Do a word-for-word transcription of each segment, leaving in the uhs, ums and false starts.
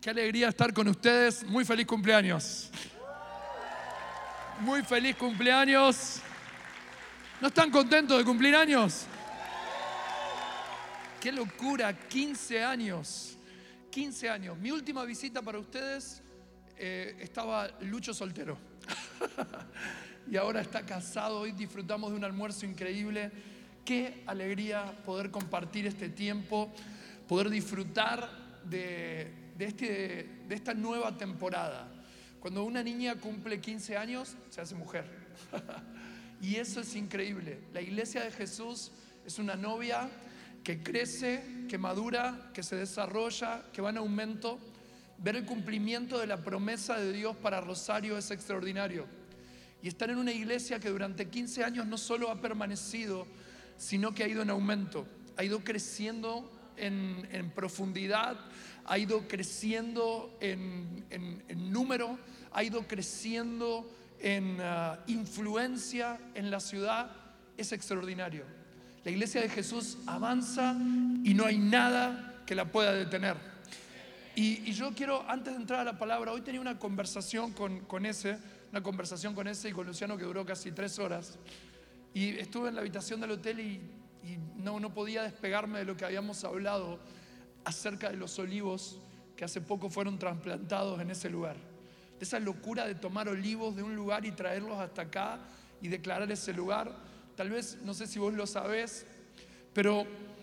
qué alegría estar con ustedes. Muy feliz cumpleaños. Muy feliz cumpleaños. ¿No están contentos de cumplir años? ¡Qué locura! quince años. quince años. Mi última visita para ustedes eh, estaba Lucho soltero. Y ahora está casado. Hoy disfrutamos de un almuerzo increíble. Qué alegría poder compartir este tiempo, poder disfrutar de, de, este, de esta nueva temporada. Cuando una niña cumple quince años, se hace mujer. Y eso es increíble. La iglesia de Jesús es una novia que crece, que madura, que se desarrolla, que va en aumento. Ver el cumplimiento de la promesa de Dios para Rosario es extraordinario. Y estar en una iglesia que durante quince años no solo ha permanecido, sino que ha ido en aumento, ha ido creciendo en, en profundidad, ha ido creciendo en, en, en número, ha ido creciendo en uh, influencia en la ciudad. Es extraordinario. La iglesia de Jesús avanza y no hay nada que la pueda detener. Y, y yo quiero, antes de entrar a la palabra, hoy tenía una conversación con, con ese, una conversación con ese y con Luciano que duró casi tres horas. Y estuve en la habitación del hotel y, y no, no podía despegarme de lo que habíamos hablado acerca de los olivos que hace poco fueron trasplantados en ese lugar. De esa locura de tomar olivos de un lugar y traerlos hasta acá y declarar ese lugar. Tal vez, no sé si vos lo sabés, pero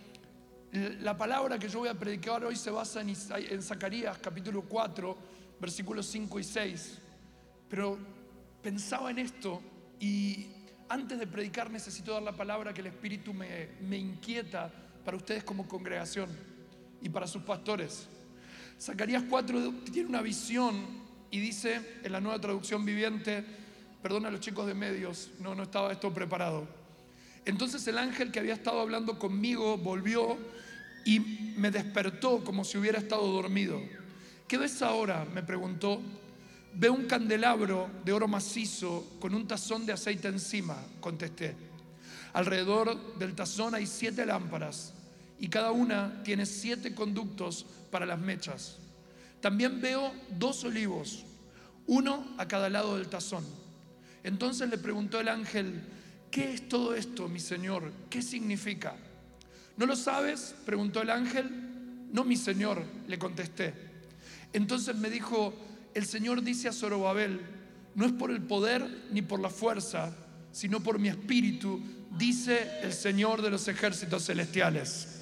la palabra que yo voy a predicar hoy se basa en, Isaías, en Zacarías capítulo cuatro, versículos cinco y seis. Pero pensaba en esto y antes de predicar necesito dar la palabra que el Espíritu me, me inquieta para ustedes como congregación y para sus pastores. Zacarías cuatro tiene una visión y dice en la Nueva Traducción Viviente, perdón a los chicos de medios, no, no estaba esto preparado. Entonces el ángel que había estado hablando conmigo volvió y me despertó como si hubiera estado dormido. ¿Qué ves ahora?, me preguntó. Veo un candelabro de oro macizo con un tazón de aceite encima, contesté. Alrededor del tazón hay siete lámparas y cada una tiene siete conductos para las mechas. También veo dos olivos, uno a cada lado del tazón. Entonces le preguntó el ángel, ¿qué es todo esto, mi señor? ¿Qué significa? ¿No lo sabes?, preguntó el ángel. No, mi señor, le contesté. Entonces me dijo, el Señor dice a Zorobabel, no es por el poder ni por la fuerza, sino por mi espíritu, dice el Señor de los ejércitos celestiales.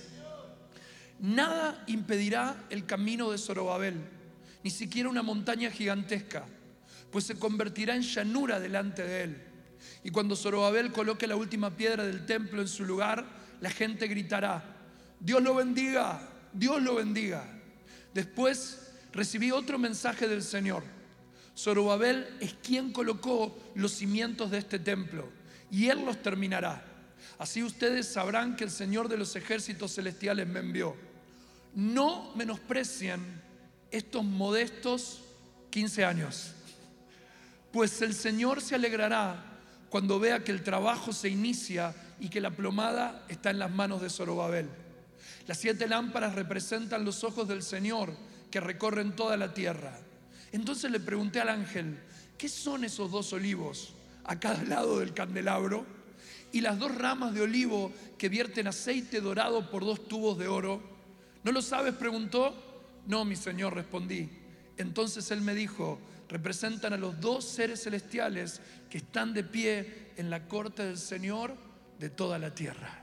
Nada impedirá el camino de Zorobabel, ni siquiera una montaña gigantesca, pues se convertirá en llanura delante de él. Y cuando Zorobabel coloque la última piedra del templo en su lugar, la gente gritará, Dios lo bendiga, Dios lo bendiga. Después recibí otro mensaje del Señor. Zorobabel es quien colocó los cimientos de este templo y él los terminará. Así ustedes sabrán que el Señor de los ejércitos celestiales me envió. No menosprecien estos modestos quince años, pues el Señor se alegrará cuando vea que el trabajo se inicia y que la plomada está en las manos de Zorobabel. Las siete lámparas representan los ojos del Señor que recorren toda la tierra. Entonces le pregunté al ángel, ¿qué son esos dos olivos a cada lado del candelabro? Y las dos ramas de olivo que vierten aceite dorado por dos tubos de oro. ¿No lo sabes?, preguntó. No, mi señor, respondí. Entonces él me dijo, representan a los dos seres celestiales que están de pie en la corte del Señor de toda la tierra.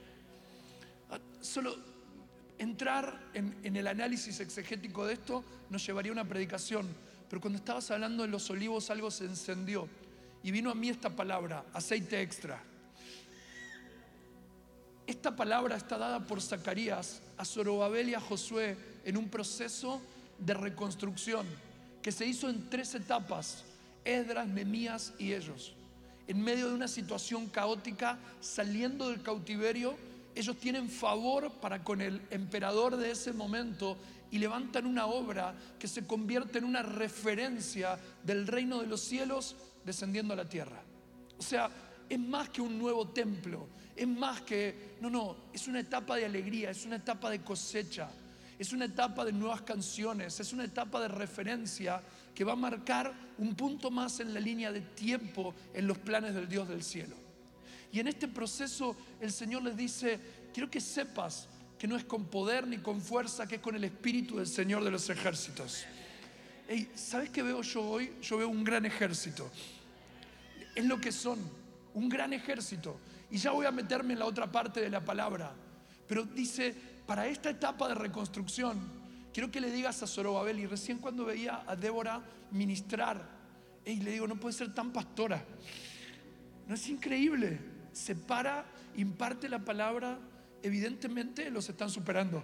Solo entrar en, en el análisis exegético de esto nos llevaría a una predicación, pero cuando estabas hablando de los olivos algo se encendió y vino a mí esta palabra, aceite extra. Esta palabra está dada por Zacarías a Zorobabel y a Josué en un proceso de reconstrucción que se hizo en tres etapas: Esdras, Nehemías y ellos. En medio de una situación caótica, saliendo del cautiverio, ellos tienen favor para con el emperador de ese momento y levantan una obra que se convierte en una referencia del reino de los cielos descendiendo a la tierra. O sea, es más que un nuevo templo, es más que, no, no, es una etapa de alegría, es una etapa de cosecha. Es una etapa de nuevas canciones, es una etapa de referencia que va a marcar un punto más en la línea de tiempo en los planes del Dios del cielo. Y en este proceso el Señor les dice, quiero que sepas que no es con poder ni con fuerza, que es con el Espíritu del Señor de los ejércitos. Hey, ¿sabes qué veo yo hoy? Yo veo un gran ejército. Es lo que son, un gran ejército. Y ya voy a meterme en la otra parte de la palabra. Pero dice, para esta etapa de reconstrucción, quiero que le digas a Zorobabel, y recién cuando veía a Débora ministrar, y le digo, no puede ser tan pastora. ¿No es increíble? Se para, imparte la palabra, evidentemente los están superando.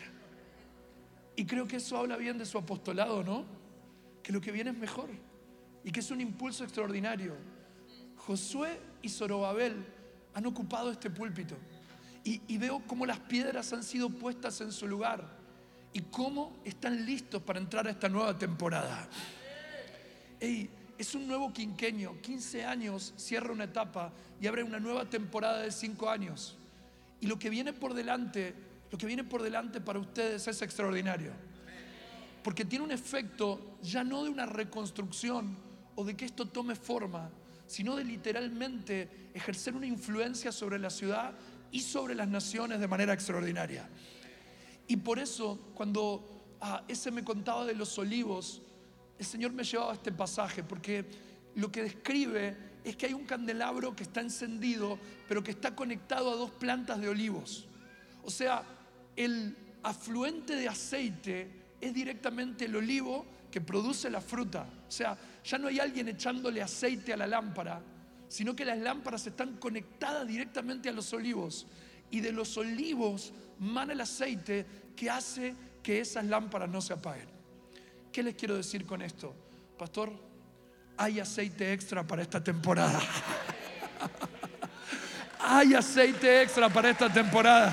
Y creo que eso habla bien de su apostolado, ¿no? Que lo que viene es mejor y que es un impulso extraordinario. Josué y Zorobabel han ocupado este púlpito. Y, y veo cómo las piedras han sido puestas en su lugar y cómo están listos para entrar a esta nueva temporada. Hey, es un nuevo quinquenio, quince años, cierra una etapa y abre una nueva temporada de cinco años. Y lo que viene por delante, lo que viene por delante para ustedes es extraordinario. Porque tiene un efecto ya no de una reconstrucción o de que esto tome forma, sino de literalmente ejercer una influencia sobre la ciudad y sobre las naciones de manera extraordinaria. Y por eso, cuando ah, ese me contaba de los olivos, el Señor me llevaba a este pasaje, porque lo que describe es que hay un candelabro que está encendido, pero que está conectado a dos plantas de olivos. O sea, el afluente de aceite es directamente el olivo que produce la fruta. O sea, ya no hay alguien echándole aceite a la lámpara, sino que las lámparas están conectadas directamente a los olivos. Y de los olivos mana el aceite que hace que esas lámparas no se apaguen. ¿Qué les quiero decir con esto? Pastor, hay aceite extra para esta temporada. Hay aceite extra para esta temporada.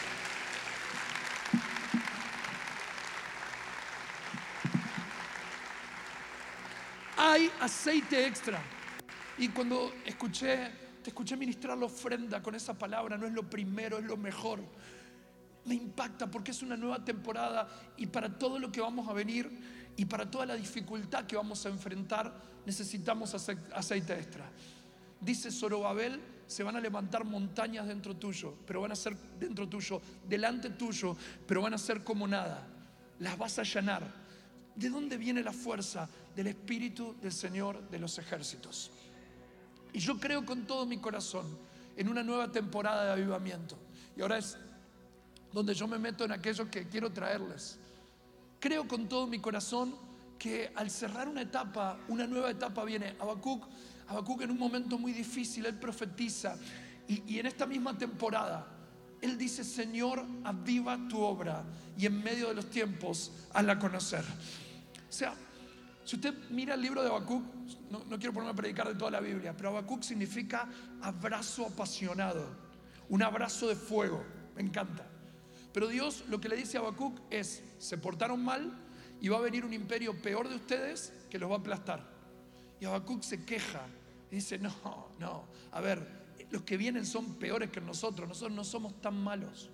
Hay aceite extra. Y cuando escuché, te escuché ministrar la ofrenda con esa palabra, no es lo primero, es lo mejor. Me impacta porque es una nueva temporada y para todo lo que vamos a venir y para toda la dificultad que vamos a enfrentar, necesitamos aceite extra. Dice Zorobabel, se van a levantar montañas dentro tuyo, pero van a ser dentro tuyo, delante tuyo, pero van a ser como nada. Las vas a allanar. ¿De dónde viene la fuerza? Del Espíritu del Señor de los ejércitos. Y yo creo con todo mi corazón en una nueva temporada de avivamiento. Y ahora es donde yo me meto en aquello que quiero traerles. Creo con todo mi corazón que al cerrar una etapa, una nueva etapa viene. Habacuc, Habacuc en un momento muy difícil, él profetiza. Y, y en esta misma temporada, él dice, Señor, aviva tu obra y en medio de los tiempos, hazla conocer. O sea, si usted mira el libro de Habacuc, no, no quiero ponerme a predicar de toda la Biblia, pero Habacuc significa abrazo apasionado, un abrazo de fuego, me encanta. Pero Dios lo que le dice a Habacuc es, se portaron mal y va a venir un imperio peor de ustedes que los va a aplastar. Y Habacuc se queja y dice, no, no, a ver, los que vienen son peores que nosotros, nosotros no somos tan malos.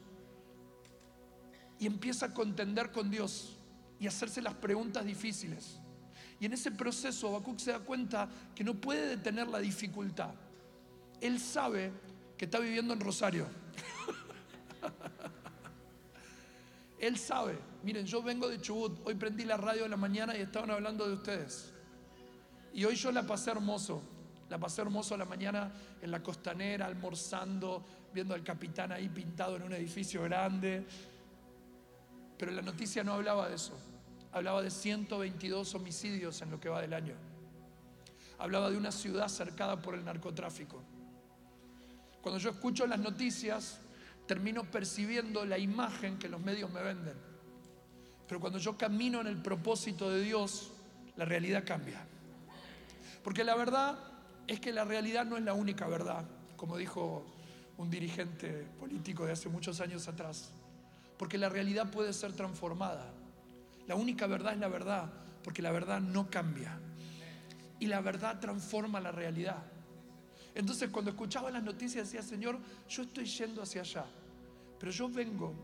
Y empieza a contender con Dios y a hacerse las preguntas difíciles. Y en ese proceso Habacuc se da cuenta que no puede detener la dificultad. Él sabe que está viviendo en Rosario. Él sabe, miren, yo vengo de Chubut, hoy prendí la radio de la mañana y estaban hablando de ustedes. Y hoy yo la pasé hermoso, la pasé hermoso a la mañana en la costanera, almorzando, viendo al capitán ahí pintado en un edificio grande. Pero la noticia no hablaba de eso, hablaba de ciento veintidós homicidios en lo que va del año. Hablaba de una ciudad cercada por el narcotráfico. Cuando yo escucho las noticias, termino percibiendo la imagen que los medios me venden. Pero cuando yo camino en el propósito de Dios, la realidad cambia. Porque la verdad es que la realidad no es la única verdad, como dijo un dirigente político de hace muchos años atrás. Porque la realidad puede ser transformada. La única verdad es la verdad, porque la verdad no cambia. Y la verdad transforma la realidad. Entonces cuando escuchaba las noticias decía, Señor, yo estoy yendo hacia allá, pero yo vengo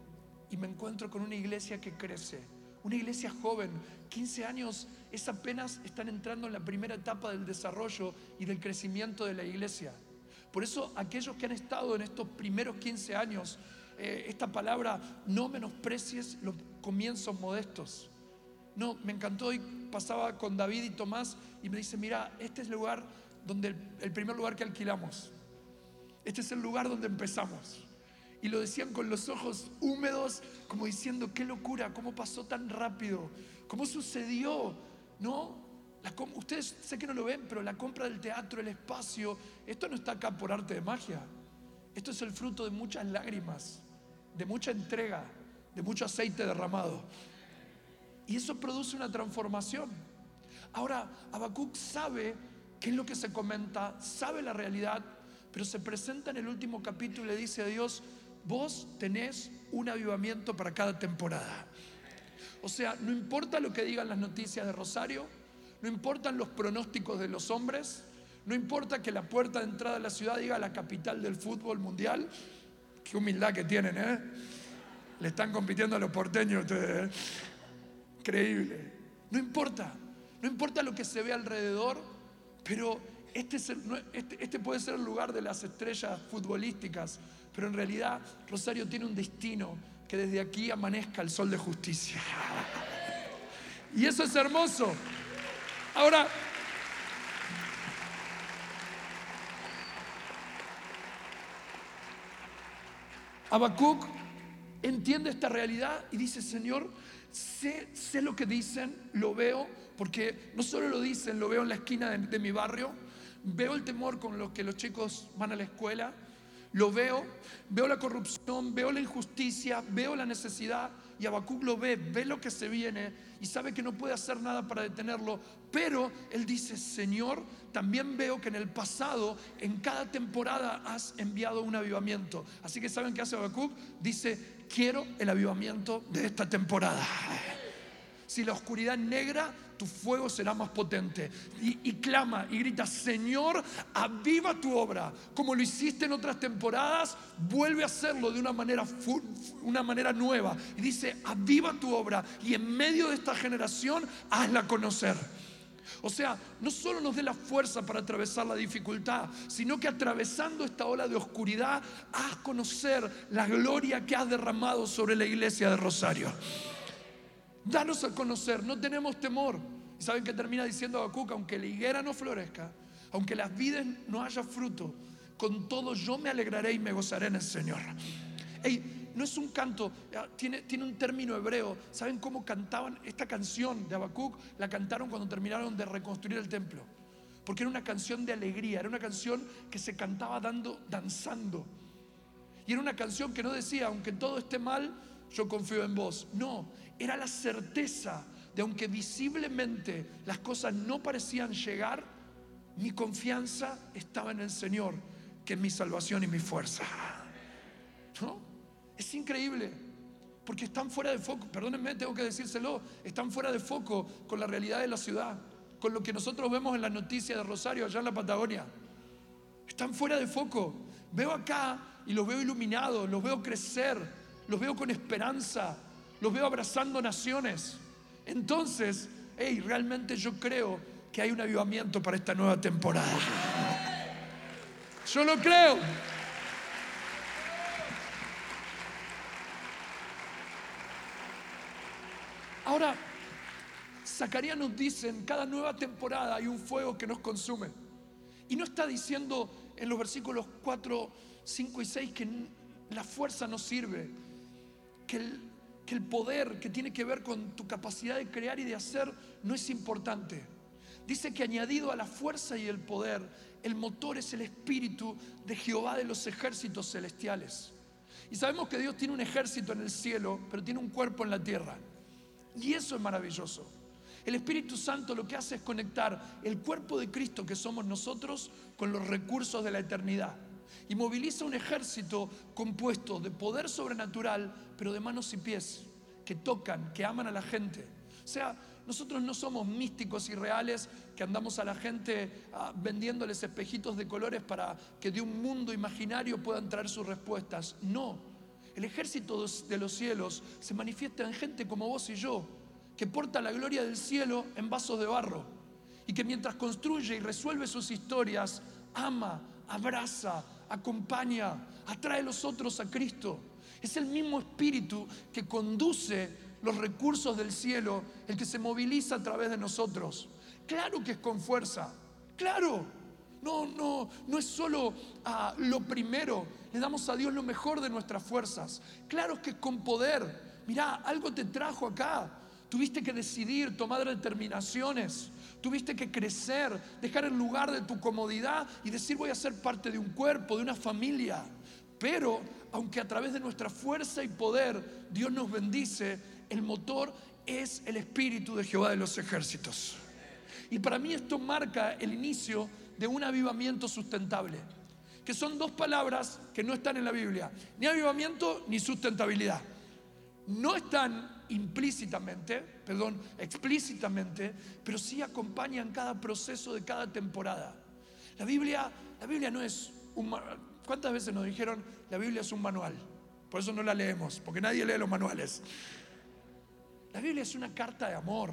y me encuentro con una iglesia que crece, una iglesia joven. quince años es apenas, están entrando en la primera etapa del desarrollo y del crecimiento de la iglesia. Por eso aquellos que han estado en estos primeros quince años, eh, esta palabra, no menosprecies los comienzos modestos. No, me encantó. Y pasaba con David y Tomás y me dice: mira, este es el lugar donde el, el primer lugar que alquilamos. Este es el lugar donde empezamos. Y lo decían con los ojos húmedos, como diciendo: qué locura, cómo pasó tan rápido, cómo sucedió, ¿no? La, ustedes sé que no lo ven, pero la compra del teatro, el espacio, esto no está acá por arte de magia. Esto es el fruto de muchas lágrimas, de mucha entrega, de mucho aceite derramado. Y eso produce una transformación. Ahora, Habacuc sabe qué es lo que se comenta, sabe la realidad, pero se presenta en el último capítulo y le dice a Dios: vos tenés un avivamiento para cada temporada. O sea, no importa lo que digan las noticias de Rosario, no importan los pronósticos de los hombres, no importa que la puerta de entrada de la ciudad diga la capital del fútbol mundial. Qué humildad que tienen, ¿eh? Le están compitiendo a los porteños ustedes, ¿eh? Increíble. No importa, no importa lo que se ve alrededor, pero este, es el, este, este puede ser el lugar de las estrellas futbolísticas, pero en realidad Rosario tiene un destino, que desde aquí amanezca el sol de justicia. Y eso es hermoso. Ahora, Habacuc entiende esta realidad y dice: Señor, sé, sé lo que dicen, lo veo, porque no solo lo dicen, lo veo en la esquina de, de mi barrio, veo el temor con lo que los chicos van a la escuela, lo veo, veo la corrupción, veo la injusticia, veo la necesidad. Y Habacuc lo ve, ve lo que se viene y sabe que no puede hacer nada para detenerlo. Pero él dice: Señor, también veo que en el pasado, en cada temporada has enviado un avivamiento. Así que ¿saben qué hace Habacuc? Dice: quiero el avivamiento de esta temporada. Si la oscuridad es negra, tu fuego será más potente. Y, y clama y grita: Señor, aviva tu obra. Como lo hiciste en otras temporadas, vuelve a hacerlo de una manera, una manera nueva. Y dice: aviva tu obra y en medio de esta generación hazla conocer. O sea, no solo nos dé la fuerza para atravesar la dificultad, sino que atravesando esta ola de oscuridad, haz conocer la gloria que has derramado sobre la iglesia de Rosario. Danos a conocer, no tenemos temor. ¿Y saben qué termina diciendo Habacuc? Aunque la higuera no florezca, aunque las vides no haya fruto, con todo yo me alegraré y me gozaré en el Señor. Ey, no es un canto, tiene, tiene un término hebreo. ¿Saben cómo cantaban esta canción de Habacuc? La cantaron cuando terminaron de reconstruir el templo, porque era una canción de alegría, era una canción que se cantaba dando, danzando. Y era una canción que no decía: aunque todo esté mal, yo confío en vos. No, era la certeza de, aunque visiblemente las cosas no parecían llegar, mi confianza estaba en el Señor, que es mi salvación y mi fuerza. ¿No? Es increíble, porque están fuera de foco. Perdónenme, tengo que decírselo. Están fuera de foco con la realidad de la ciudad, con lo que nosotros vemos en las noticias de Rosario, allá en la Patagonia. Están fuera de foco. Veo acá y los veo iluminados, los veo crecer, los veo con esperanza, los veo abrazando naciones. Entonces, hey, realmente yo creo que hay un avivamiento para esta nueva temporada. Yo lo creo. Ahora, Zacarías nos dice: en cada nueva temporada hay un fuego que nos consume. Y no está diciendo en los versículos cuatro, cinco y seis que la fuerza no sirve, que el, que el poder que tiene que ver con tu capacidad de crear y de hacer no es importante. Dice que añadido a la fuerza y el poder, el motor es el espíritu de Jehová de los ejércitos celestiales. Y sabemos que Dios tiene un ejército en el cielo, pero tiene un cuerpo en la tierra. Y eso es maravilloso. El Espíritu Santo lo que hace es conectar el cuerpo de Cristo, que somos nosotros, con los recursos de la eternidad. Y moviliza un ejército compuesto de poder sobrenatural, pero de manos y pies, que tocan, que aman a la gente. O sea, nosotros no somos místicos irreales que andamos a la gente ah, vendiéndoles espejitos de colores para que de un mundo imaginario puedan traer sus respuestas. No. el ejército de los cielos se manifiesta en gente como vos y yo, que porta la gloria del cielo en vasos de barro y que mientras construye y resuelve sus historias, ama, abraza, acompaña, atrae a los otros a Cristo. Es el mismo espíritu que conduce los recursos del cielo, el que se moviliza a través de nosotros. Claro que es con fuerza, claro. No, no, no es solo uh, lo primero, le damos a Dios lo mejor de nuestras fuerzas. Claro que es con poder. Mirá, algo te trajo acá. Tuviste que decidir, tomar determinaciones. Tuviste que crecer, dejar el lugar de tu comodidad y decir voy a ser parte de un cuerpo, de una familia. Pero, aunque a través de nuestra fuerza y poder Dios nos bendice, el motor es el Espíritu de Jehová de los ejércitos. Y para mí esto marca el inicio de un avivamiento sustentable, que son dos palabras que no están en la Biblia, ni avivamiento ni sustentabilidad. No están implícitamente, perdón, explícitamente, pero sí acompañan cada proceso de cada temporada. La Biblia, la Biblia no es un... ¿Cuántas veces nos dijeron la Biblia es un manual? Por eso no la leemos, porque nadie lee los manuales. La Biblia es una carta de amor.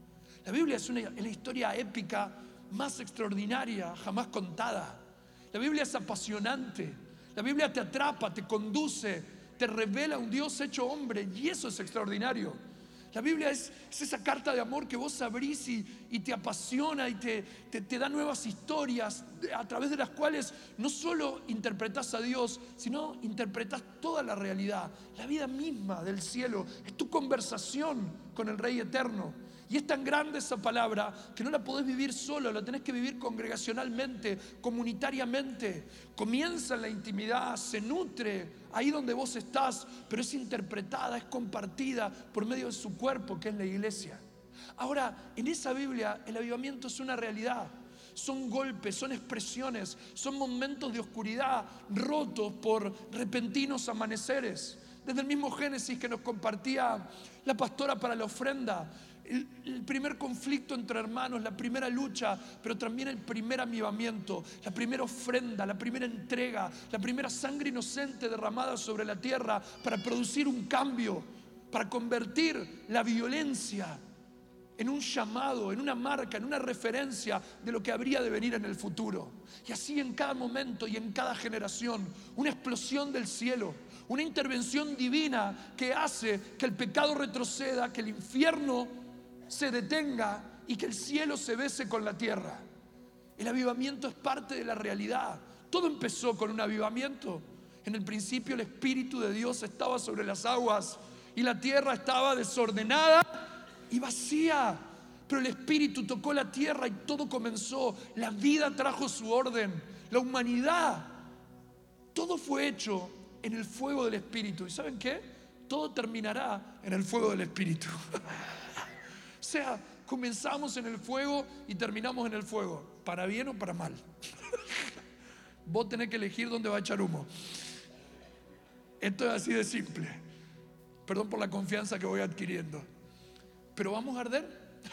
La Biblia es, una, es la historia épica más extraordinaria jamás contada. La Biblia es apasionante. La Biblia te atrapa, te conduce, te revela un Dios hecho hombre, y eso es extraordinario. La Biblia es, es esa carta de amor que vos abrís y, y te apasiona y te, te, te da nuevas historias a través de las cuales no solo interpretás a Dios, sino interpretás toda la realidad, la vida misma del cielo. Es tu conversación con el Rey Eterno. Y es tan grande esa palabra que no la podés vivir solo, la tenés que vivir congregacionalmente, comunitariamente. Comienza en la intimidad, se nutre ahí donde vos estás, pero es interpretada, es compartida por medio de su cuerpo, que es la iglesia. Ahora, en esa Biblia el avivamiento es una realidad. Son golpes, son expresiones, son momentos de oscuridad rotos por repentinos amaneceres. Desde el mismo Génesis que nos compartía la pastora para la ofrenda, El, el primer conflicto entre hermanos, la primera lucha, pero también el primer avivamiento, la primera ofrenda, la primera entrega, la primera sangre inocente derramada sobre la tierra para producir un cambio, para convertir la violencia en un llamado, en una marca, en una referencia de lo que habría de venir en el futuro. Y así en cada momento y en cada generación, una explosión del cielo, una intervención divina que hace que el pecado retroceda, que el infierno se detenga y que el cielo se bese con la tierra. El avivamiento es parte de la realidad. Todo empezó con un avivamiento. En el principio el Espíritu de Dios estaba sobre las aguas y la tierra estaba desordenada y vacía, pero el Espíritu tocó la tierra y todo comenzó. La vida trajo su orden, la humanidad, todo fue hecho en el fuego del Espíritu. ¿Y saben qué? Todo terminará en el fuego del Espíritu. O sea, comenzamos en el fuego y terminamos en el fuego, para bien o para mal. Vos tenés que elegir dónde va a echar humo. Esto es así de simple. Perdón por la confianza que voy adquiriendo. Pero vamos a arder.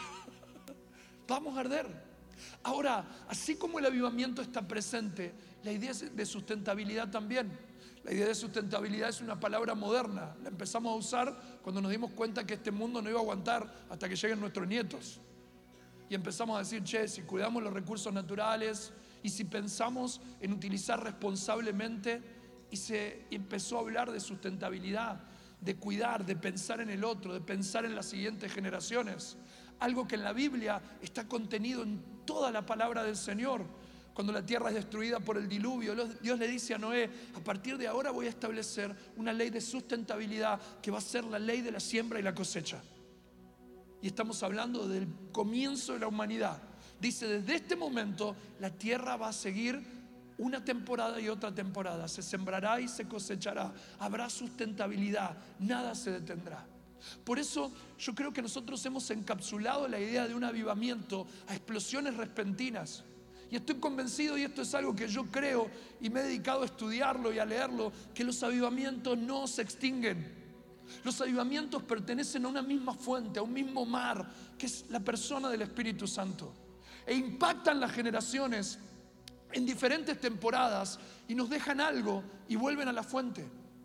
Vamos a arder. Ahora, así como el avivamiento está presente, la idea de sustentabilidad también. La idea de sustentabilidad es una palabra moderna. La empezamos a usar cuando nos dimos cuenta que este mundo no iba a aguantar hasta que lleguen nuestros nietos. Y empezamos a decir, che, si cuidamos los recursos naturales y si pensamos en utilizar responsablemente, y se empezó a hablar de sustentabilidad, de cuidar, de pensar en el otro, de pensar en las siguientes generaciones. Algo que en la Biblia está contenido en toda la palabra del Señor. Cuando la tierra es destruida por el diluvio, Dios le dice a Noé, a partir de ahora voy a establecer una ley de sustentabilidad que va a ser la ley de la siembra y la cosecha. Y estamos hablando del comienzo de la humanidad. Dice, desde este momento la tierra va a seguir una temporada y otra temporada. Se sembrará y se cosechará. Habrá sustentabilidad, nada se detendrá. Por eso yo creo que nosotros hemos encapsulado la idea de un avivamiento a explosiones repentinas. Y estoy convencido, y esto es algo que yo creo y me he dedicado a estudiarlo y a leerlo, que los avivamientos no se extinguen. Los avivamientos pertenecen a una misma fuente, a un mismo mar, que es la persona del Espíritu Santo. E impactan las generaciones en diferentes temporadas y nos dejan algo y vuelven a la fuente.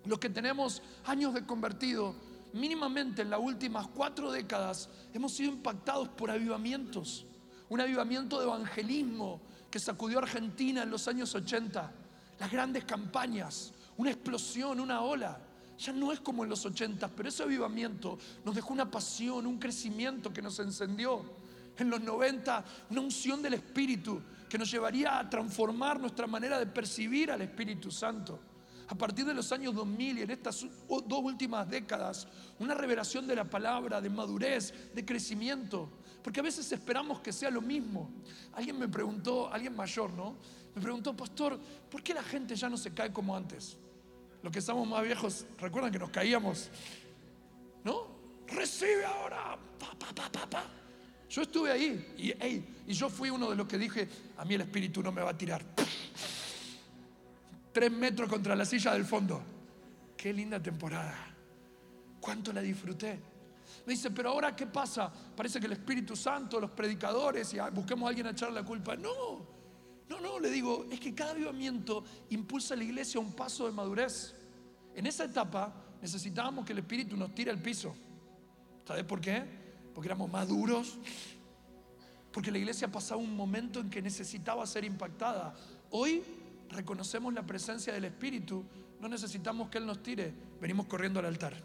Los que tenemos años de convertido, mínimamente en las últimas cuatro décadas, hemos sido impactados por avivamientos. Un avivamiento de evangelismo que sacudió a Argentina en los años ochenta. Las grandes campañas, una explosión, una ola. Ya no es como en los ochenta, pero ese avivamiento nos dejó una pasión, un crecimiento que nos encendió. En los noventa, una unción del Espíritu que nos llevaría a transformar nuestra manera de percibir al Espíritu Santo. A partir de los años dos mil y en estas dos últimas décadas, una revelación de la palabra, de madurez, de crecimiento. Porque a veces esperamos que sea lo mismo. Alguien me preguntó, alguien mayor, ¿no? Me preguntó, pastor, ¿por qué la gente ya no se cae como antes? Los que estamos más viejos, ¿recuerdan que nos caíamos? ¿No? Recibe ahora. Pa, pa, pa, pa, pa. Yo estuve ahí y, hey, y yo fui uno de los que dije, a mí el Espíritu no me va a tirar. Tres metros contra la silla del fondo. Qué linda temporada. Cuánto la disfruté. Me dice, pero ahora ¿qué pasa? Parece que el Espíritu Santo, los predicadores, y busquemos a alguien a echar la culpa. No, no, no, le digo, es que cada avivamiento impulsa a la iglesia a un paso de madurez. En esa etapa necesitábamos que el Espíritu nos tire al piso. ¿Sabes por qué? Porque éramos maduros. Porque la iglesia pasaba un momento en que necesitaba ser impactada. Hoy reconocemos la presencia del Espíritu, no necesitamos que Él nos tire, venimos corriendo al altar.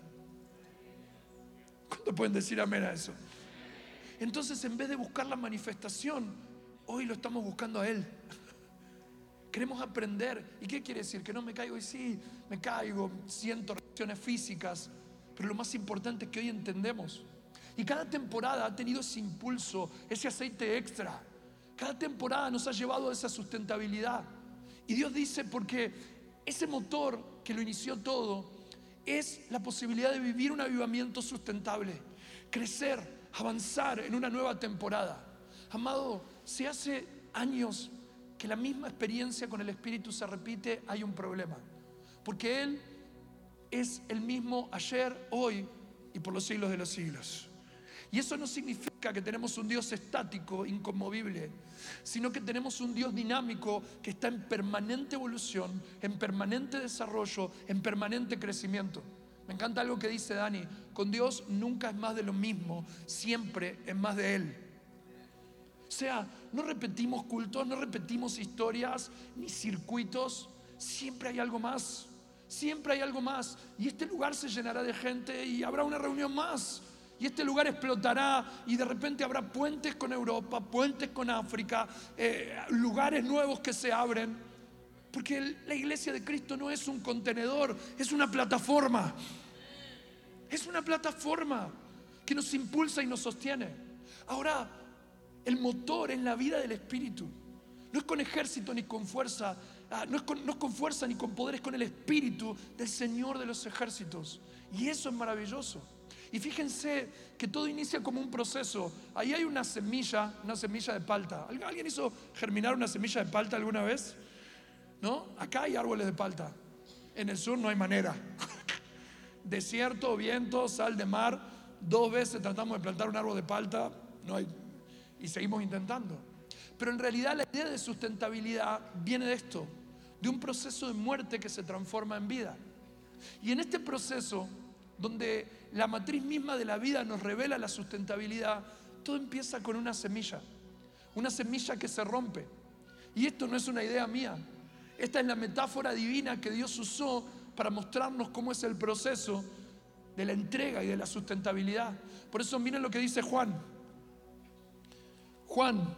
¿Cuánto pueden decir amén a eso? Entonces, en vez de buscar la manifestación, hoy lo estamos buscando a Él. Queremos aprender. ¿Y qué quiere decir? Que no me caigo. Y sí, me caigo, siento reacciones físicas, pero lo más importante es que hoy entendemos. Y cada temporada ha tenido ese impulso, ese aceite extra. Cada temporada nos ha llevado a esa sustentabilidad. Y Dios dice, porque ese motor que lo inició todo es la posibilidad de vivir un avivamiento sustentable, crecer, avanzar en una nueva temporada. Amado, si hace años que la misma experiencia con el Espíritu se repite, hay un problema. Porque Él es el mismo ayer, hoy y por los siglos de los siglos. Y eso no significa que tenemos un Dios estático, inconmovible, sino que tenemos un Dios dinámico que está en permanente evolución, en permanente desarrollo, en permanente crecimiento. Me encanta algo que dice Dani, con Dios nunca es más de lo mismo, siempre es más de Él. O sea, no repetimos cultos, no repetimos historias, ni circuitos, siempre hay algo más, siempre hay algo más. Y este lugar se llenará de gente y habrá una reunión más. Y este lugar explotará y de repente habrá puentes con Europa, puentes con África, eh, lugares nuevos que se abren. Porque la iglesia de Cristo no es un contenedor, es una plataforma. Es una plataforma que nos impulsa y nos sostiene. Ahora, el motor es la vida del Espíritu. No es con ejército ni con fuerza, no es con, no es con fuerza ni con poder, es con el Espíritu del Señor de los ejércitos. Y eso es maravilloso. Y fíjense que todo inicia como un proceso. Ahí hay una semilla, una semilla de palta. ¿Alguien hizo germinar una semilla de palta alguna vez? ¿No? Acá hay árboles de palta. En el sur no hay manera. Desierto, viento, sal de mar. Dos veces tratamos de plantar un árbol de palta, no hay, y seguimos intentando. Pero en realidad la idea de sustentabilidad viene de esto, de un proceso de muerte que se transforma en vida. Y en este proceso, donde la matriz misma de la vida nos revela la sustentabilidad, todo empieza con una semilla, una semilla que se rompe. Y esto no es una idea mía, esta es la metáfora divina que Dios usó para mostrarnos cómo es el proceso de la entrega y de la sustentabilidad. Por eso miren lo que dice Juan. Juan,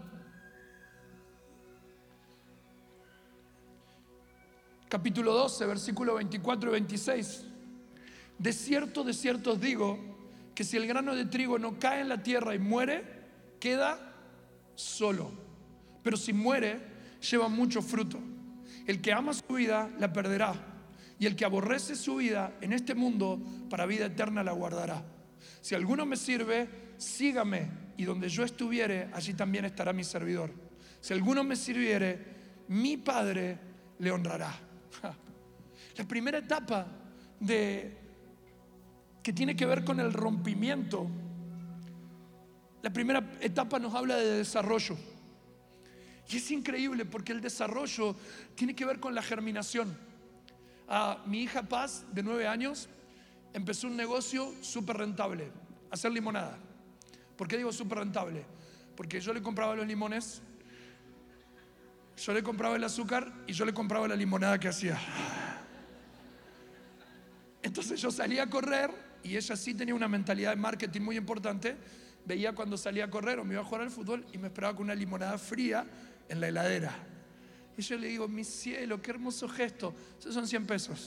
capítulo doce, versículo veinticuatro y veintiséis. De cierto, de cierto os digo, que si el grano de trigo no cae en la tierra y muere, queda solo. Pero si muere, lleva mucho fruto. El que ama su vida, la perderá. Y el que aborrece su vida en este mundo, para vida eterna la guardará. Si alguno me sirve, sígame, y donde yo estuviere, allí también estará mi servidor. Si alguno me sirviere, mi Padre le honrará. La primera etapa de que tiene que ver con el rompimiento. La primera etapa nos habla de desarrollo. Y es increíble porque el desarrollo tiene que ver con la germinación. A mi hija Paz, de nueve años, empezó un negocio súper rentable, hacer limonada. ¿Por qué digo súper rentable? Porque yo le compraba los limones, yo le compraba el azúcar y yo le compraba la limonada que hacía. Entonces yo salía a correr y ella sí tenía una mentalidad de marketing muy importante. Veía cuando salía a correr o me iba a jugar al fútbol y me esperaba con una limonada fría en la heladera. Y yo le digo, mi cielo, qué hermoso gesto. Esos son cien pesos.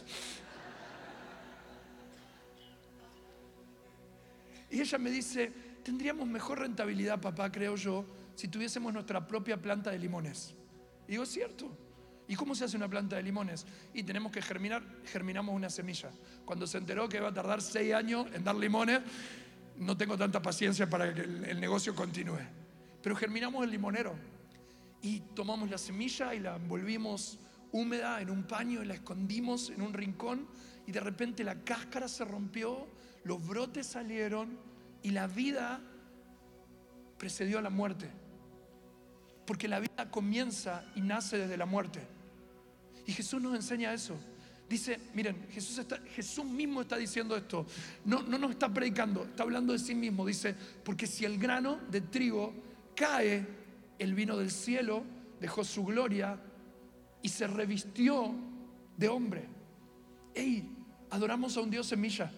Y ella me dice, tendríamos mejor rentabilidad, papá, creo yo, si tuviésemos nuestra propia planta de limones. Y digo, es cierto. ¿Y cómo se hace una planta de limones? Y tenemos que germinar, germinamos una semilla. Cuando se enteró que iba a tardar seis años en dar limones, no tengo tanta paciencia para que el, el negocio continúe. Pero germinamos el limonero y tomamos la semilla y la envolvimos húmeda en un paño y la escondimos en un rincón y de repente la cáscara se rompió, los brotes salieron y la vida precedió a la muerte. Porque la vida comienza y nace desde la muerte. Y Jesús nos enseña eso. Dice, miren, Jesús, está, Jesús mismo está diciendo esto. No, no nos está predicando, está hablando de sí mismo. Dice, porque si el grano de trigo cae, él vino del cielo, dejó su gloria y se revistió de hombre. ¡Ey! Adoramos a un Dios semilla.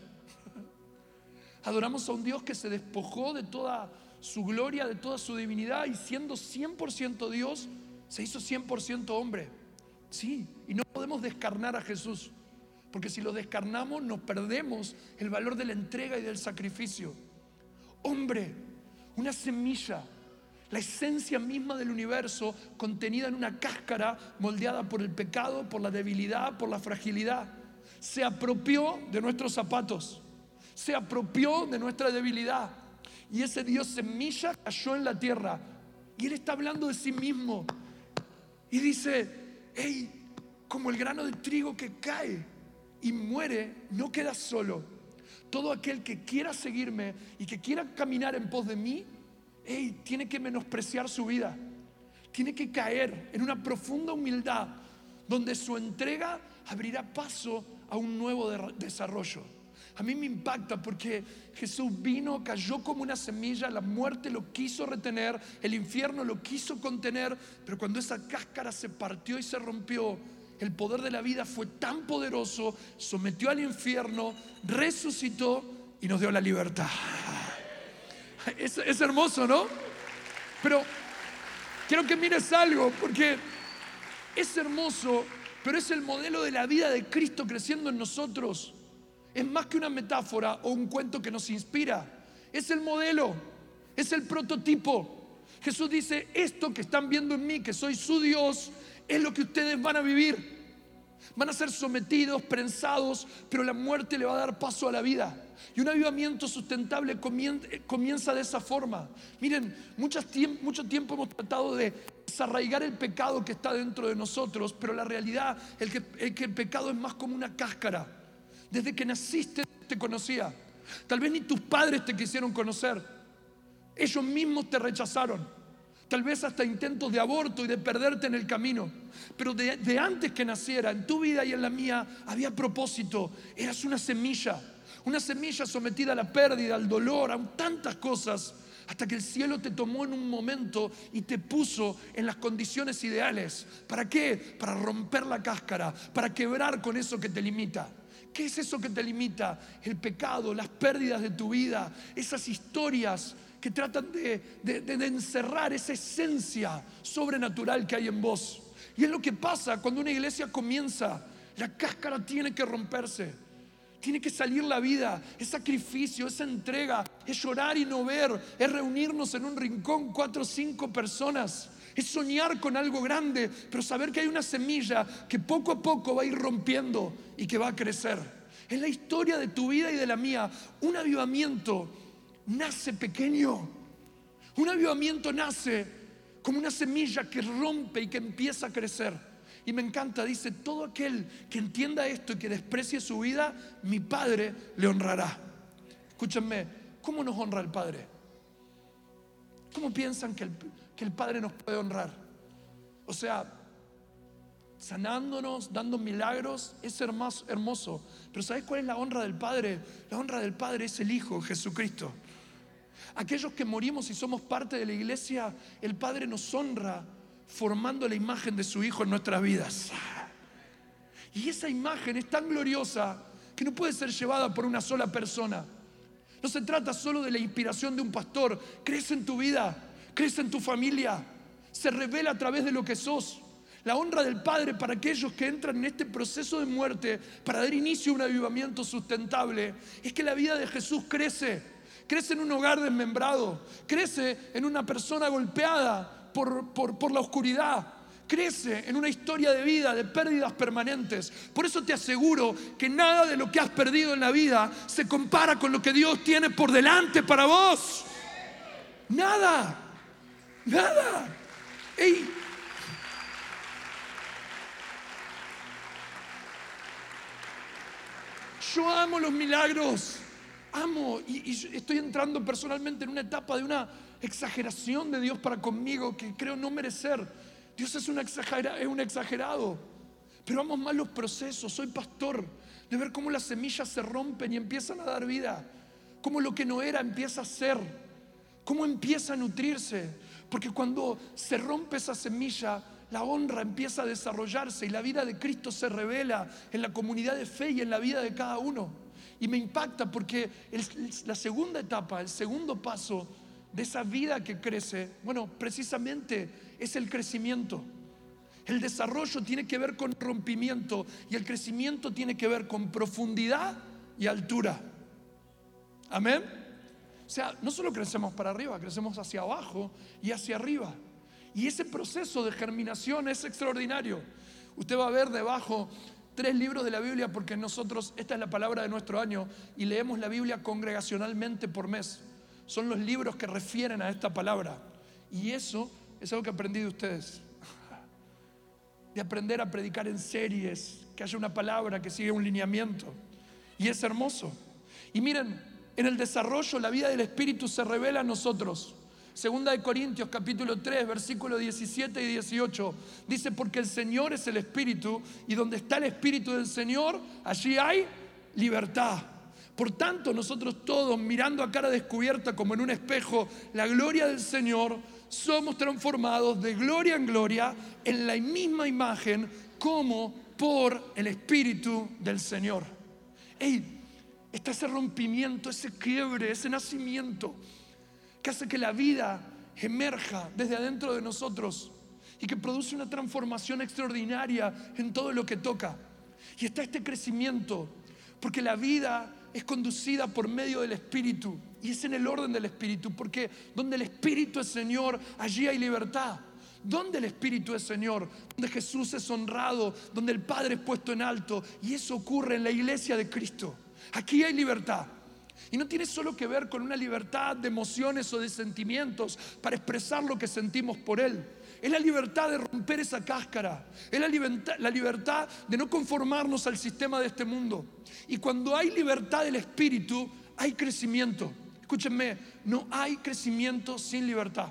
Adoramos a un Dios que se despojó de toda su gloria, de toda su divinidad y siendo cien por ciento Dios, se hizo cien por ciento hombre. Sí, y no podemos descarnar a Jesús, porque si lo descarnamos nos perdemos el valor de la entrega y del sacrificio. Hombre, una semilla, la esencia misma del universo contenida en una cáscara moldeada por el pecado, por la debilidad, por la fragilidad. Se apropió de nuestros zapatos, se apropió de nuestra debilidad y ese Dios semilla cayó en la tierra y Él está hablando de sí mismo y dice, hey, como el grano de trigo que cae y muere, no queda solo. Todo aquel que quiera seguirme y que quiera caminar en pos de mí, hey, tiene que menospreciar su vida. Tiene que caer en una profunda humildad donde su entrega abrirá paso a un nuevo de- desarrollo. A mí me impacta porque Jesús vino, cayó como una semilla, la muerte lo quiso retener, el infierno lo quiso contener, pero cuando esa cáscara se partió y se rompió, el poder de la vida fue tan poderoso, sometió al infierno, resucitó y nos dio la libertad. Es, es hermoso, ¿no? Pero quiero que mires algo, porque es hermoso, pero es el modelo de la vida de Cristo creciendo en nosotros. Es más que una metáfora o un cuento que nos inspira. Es el modelo, es el prototipo. Jesús dice, esto que están viendo en mí, que soy su Dios, es lo que ustedes van a vivir. Van a ser sometidos, prensados, pero la muerte le va a dar paso a la vida. Y un avivamiento sustentable comienza de esa forma. Miren, mucho tiempo hemos tratado de desarraigar el pecado que está dentro de nosotros, pero la realidad es que, es que el pecado es más como una cáscara. Desde que naciste te conocía. Tal vez ni tus padres te quisieron conocer. Ellos mismos te rechazaron. Tal vez hasta intentos de aborto y de perderte en el camino. Pero de, de antes que naciera, en tu vida y en la mía, había propósito. Eras una semilla. Una semilla sometida a la pérdida, al dolor, a tantas cosas. Hasta que el cielo te tomó en un momento y te puso en las condiciones ideales. ¿Para qué? Para romper la cáscara. Para quebrar con eso que te limita. ¿Qué es eso que te limita? El pecado, las pérdidas de tu vida, esas historias que tratan de, de, de encerrar esa esencia sobrenatural que hay en vos. Y es lo que pasa cuando una iglesia comienza. La cáscara tiene que romperse. Tiene que salir la vida, es sacrificio, es entrega, es llorar y no ver, es reunirnos en un rincón cuatro o cinco personas, es soñar con algo grande, pero saber que hay una semilla que poco a poco va a ir rompiendo y que va a crecer. En la historia de tu vida y de la mía, un avivamiento nace pequeño, un avivamiento nace como una semilla que rompe y que empieza a crecer. Y me encanta, dice, todo aquel que entienda esto y que desprecie su vida, mi Padre le honrará. Escúchenme, ¿cómo nos honra el Padre? ¿Cómo piensan que el, que el Padre nos puede honrar? O sea, sanándonos, dando milagros, es hermoso, hermoso. Pero ¿sabes cuál es la honra del Padre? La honra del Padre es el Hijo, Jesucristo. Aquellos que morimos y somos parte de la iglesia, el Padre nos honra formando la imagen de su Hijo en nuestras vidas. Y esa imagen es tan gloriosa que no puede ser llevada por una sola persona. No se trata solo de la inspiración de un pastor. Crece en tu vida, crece en tu familia, se revela a través de lo que sos. La honra del Padre para aquellos que entran en este proceso de muerte para dar inicio a un avivamiento sustentable es que la vida de Jesús crece. Crece en un hogar desmembrado, crece en una persona golpeada por, por, por la oscuridad, crece en una historia de vida, de pérdidas permanentes. Por eso te aseguro que nada de lo que has perdido en la vida se compara con lo que Dios tiene por delante para vos. Nada, nada. Ey. Yo amo los milagros. Amo y, y estoy entrando personalmente en una etapa de una exageración de Dios para conmigo que creo no merecer. Dios es un, exagera, es un exagerado, pero amo más los procesos. Soy pastor, de ver cómo las semillas se rompen y empiezan a dar vida, cómo lo que no era empieza a ser, cómo empieza a nutrirse, porque cuando se rompe esa semilla, la honra empieza a desarrollarse y la vida de Cristo se revela en la comunidad de fe y en la vida de cada uno. Y me impacta porque el, la segunda etapa, el segundo paso de esa vida que crece, bueno, precisamente es el crecimiento. El desarrollo tiene que ver con rompimiento y el crecimiento tiene que ver con profundidad y altura. Amén. O sea, no solo crecemos para arriba, crecemos hacia abajo y hacia arriba. Y ese proceso de germinación es extraordinario. Usted va a ver debajo tres libros de la Biblia porque nosotros, esta es la palabra de nuestro año y leemos la Biblia congregacionalmente por mes. Son los libros que refieren a esta palabra. Y eso es algo que aprendí de ustedes. De aprender a predicar en series, que haya una palabra que siga un lineamiento. Y es hermoso. Y miren, en el desarrollo la vida del Espíritu se revela a nosotros. Segunda de Corintios capítulo tres, versículos diecisiete y dieciocho. Dice, porque el Señor es el Espíritu y donde está el Espíritu del Señor, allí hay libertad. Por tanto, nosotros todos, mirando a cara descubierta como en un espejo la gloria del Señor, somos transformados de gloria en gloria en la misma imagen como por el Espíritu del Señor. Ey, está ese rompimiento, ese quiebre, ese nacimiento que hace que la vida emerja desde adentro de nosotros y que produce una transformación extraordinaria en todo lo que toca. Y está este crecimiento, porque la vida es conducida por medio del Espíritu y es en el orden del Espíritu, porque donde el Espíritu es Señor, allí hay libertad. Donde el Espíritu es Señor, donde Jesús es honrado, donde el Padre es puesto en alto, y eso ocurre en la iglesia de Cristo. Aquí hay libertad. Y no tiene solo que ver con una libertad de emociones o de sentimientos para expresar lo que sentimos por Él. Es la libertad de romper esa cáscara. Es la libertad, la libertad de no conformarnos al sistema de este mundo. Y cuando hay libertad del Espíritu, hay crecimiento. Escúchenme, no hay crecimiento sin libertad.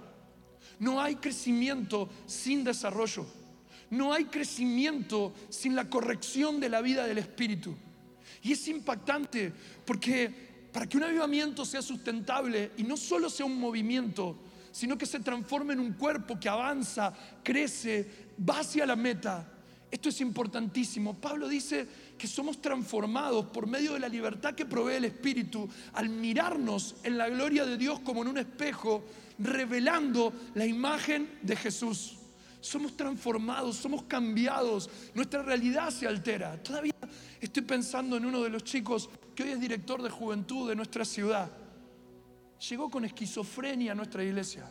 No hay crecimiento sin desarrollo. No hay crecimiento sin la corrección de la vida del Espíritu. Y es impactante porque para que un avivamiento sea sustentable y no solo sea un movimiento, sino que se transforme en un cuerpo que avanza, crece, va hacia la meta. Esto es importantísimo. Pablo dice que somos transformados por medio de la libertad que provee el Espíritu al mirarnos en la gloria de Dios como en un espejo, revelando la imagen de Jesús. Somos transformados, somos cambiados, nuestra realidad se altera. Todavía estoy pensando en uno de los chicos que hoy es director de juventud de nuestra ciudad. Llegó con esquizofrenia a nuestra iglesia.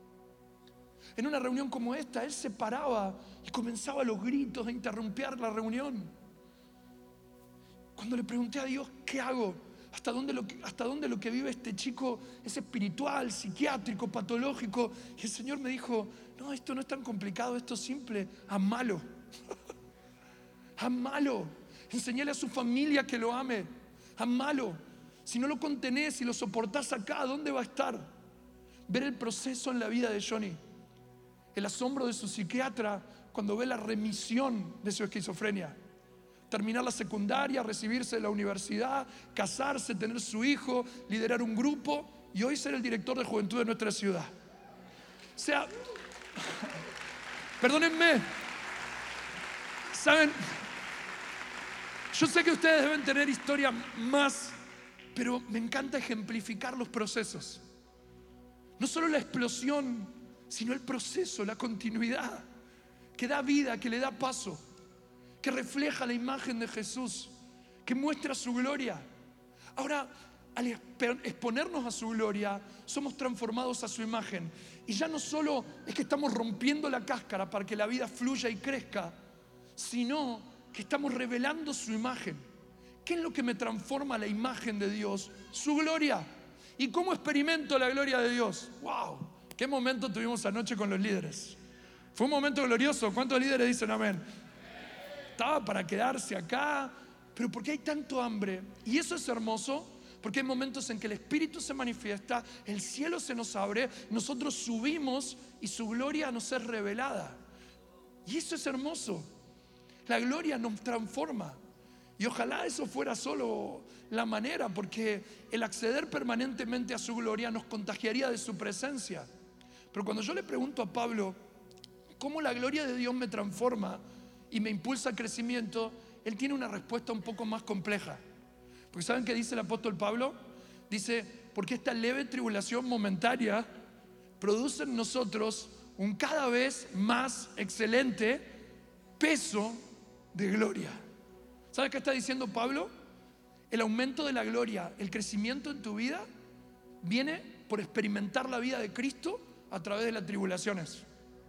En una reunión como esta, él se paraba y comenzaba a los gritos a interrumpir la reunión. Cuando le pregunté a Dios, ¿qué hago? ¿Hasta dónde lo que, hasta dónde lo que vive este chico es espiritual, psiquiátrico, patológico? Y el Señor me dijo, no, esto no es tan complicado, esto es simple, amalo. Amalo. Enseñale a su familia que lo ame. Amalo. Si no lo contenés, si lo soportás acá, ¿dónde va a estar? Ver el proceso en la vida de Johnny. El asombro de su psiquiatra cuando ve la remisión de su esquizofrenia. Terminar la secundaria, recibirse de la universidad, casarse, tener su hijo, liderar un grupo y hoy ser el director de juventud de nuestra ciudad. O sea, perdónenme, ¿saben? Yo sé que ustedes deben tener historia más, pero me encanta ejemplificar los procesos. No solo la explosión, sino el proceso, la continuidad, que da vida, que le da paso, que refleja la imagen de Jesús, que muestra su gloria. Ahora, al exponernos a su gloria, somos transformados a su imagen. Y ya no solo es que estamos rompiendo la cáscara para que la vida fluya y crezca, sino que estamos revelando su imagen. ¿Qué es lo que me transforma la imagen de Dios? Su gloria. ¿Y cómo experimento la gloria de Dios? ¡Wow! ¿Qué momento tuvimos anoche con los líderes? Fue un momento glorioso. ¿Cuántos líderes dicen amén? Estaba para quedarse acá, pero ¿por qué hay tanto hambre? Y eso es hermoso, porque hay momentos en que el Espíritu se manifiesta, el cielo se nos abre, nosotros subimos y su gloria nos es revelada. Y eso es hermoso. La gloria nos transforma. Y ojalá eso fuera solo la manera, porque el acceder permanentemente a su gloria nos contagiaría de su presencia. Pero cuando yo le pregunto a Pablo cómo la gloria de Dios me transforma y me impulsa al crecimiento, él tiene una respuesta un poco más compleja. Porque ¿saben qué dice el apóstol Pablo? Dice, porque esta leve tribulación momentánea produce en nosotros un cada vez más excelente peso de gloria. ¿Sabes qué está diciendo Pablo? El aumento de la gloria, el crecimiento en tu vida viene por experimentar la vida de Cristo a través de las tribulaciones.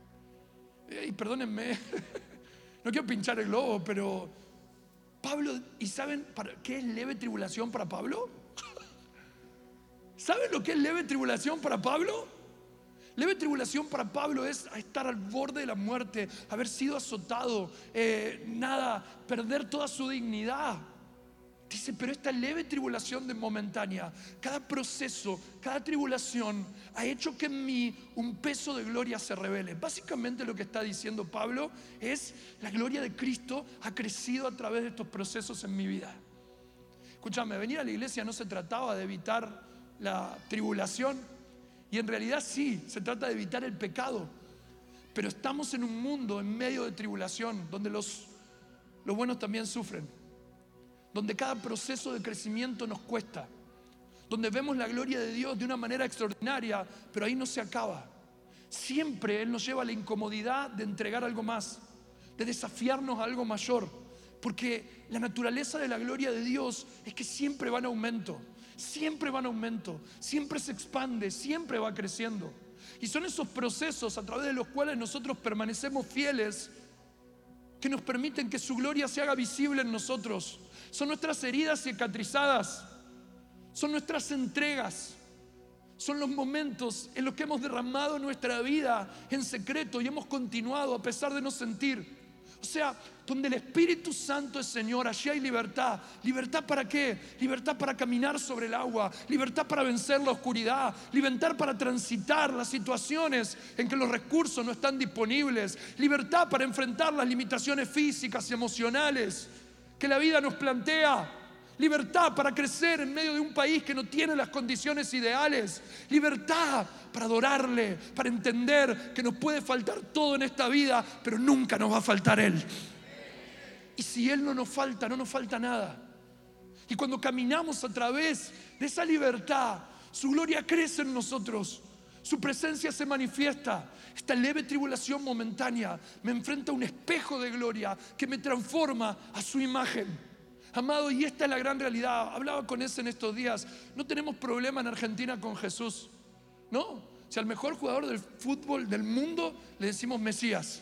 Y perdónenme, no quiero pinchar el globo, pero Pablo, ¿y saben para qué es leve tribulación para Pablo? ¿Saben lo que es leve tribulación para Pablo? Leve tribulación para Pablo es estar al borde de la muerte, haber sido azotado, eh, nada, perder toda su dignidad. Dice, pero esta leve tribulación de momentánea, cada proceso, cada tribulación ha hecho que en mí un peso de gloria se revele. Básicamente lo que está diciendo Pablo es, la gloria de Cristo ha crecido a través de estos procesos en mi vida. Escúchame, venir a la iglesia no se trataba de evitar la tribulación, y en realidad sí, se trata de evitar el pecado. Pero estamos en un mundo en medio de tribulación, donde los, los buenos también sufren, donde cada proceso de crecimiento nos cuesta, donde vemos la gloria de Dios de una manera extraordinaria, pero ahí no se acaba. Siempre Él nos lleva a la incomodidad de entregar algo más, de desafiarnos a algo mayor, porque la naturaleza de la gloria de Dios es que siempre va en aumento, siempre va en aumento, siempre se expande, siempre va creciendo. Y son esos procesos a través de los cuales nosotros permanecemos fieles que nos permiten que su gloria se haga visible en nosotros. Son nuestras heridas cicatrizadas, son nuestras entregas, son los momentos en los que hemos derramado nuestra vida en secreto y hemos continuado a pesar de no sentir. O sea, donde el Espíritu Santo es Señor, allí hay libertad. ¿Libertad para qué? Libertad para caminar sobre el agua, libertad para vencer la oscuridad, libertad para transitar las situaciones en que los recursos no están disponibles, libertad para enfrentar las limitaciones físicas y emocionales que la vida nos plantea, libertad para crecer en medio de un país que no tiene las condiciones ideales, libertad para adorarle, para entender que nos puede faltar todo en esta vida, pero nunca nos va a faltar Él. Y si Él no nos falta, no nos falta nada. Y cuando caminamos a través de esa libertad, su gloria crece en nosotros, su presencia se manifiesta. Esta leve tribulación momentánea me enfrenta a un espejo de gloria que me transforma a su imagen. Amado, y esta es la gran realidad. Hablaba con ese en estos días. No tenemos problema en Argentina con Jesús, ¿no? Si al mejor jugador del fútbol del mundo le decimos Mesías,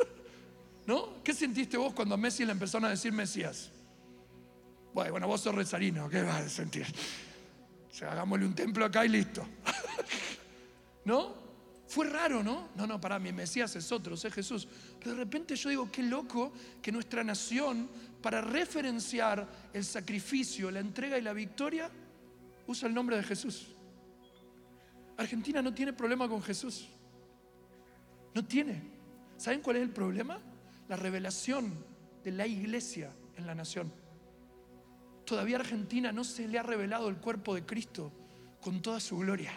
¿no? ¿Qué sentiste vos cuando a Messi le empezaron a decir Mesías? Bueno, bueno, vos sos rezarino, ¿qué vas a sentir? O sea, hagámosle un templo acá y listo. ¿No? Fue raro, ¿no? No, no, pará, mi Mesías es otro, es Jesús. Pero de repente yo digo, qué loco que nuestra nación, para referenciar el sacrificio, la entrega y la victoria, usa el nombre de Jesús. Argentina no tiene problema con Jesús. No tiene. ¿Saben cuál es el problema? la revelación de la iglesia en la nación. Todavía a Argentina no se le ha revelado el cuerpo de Cristo con toda su gloria.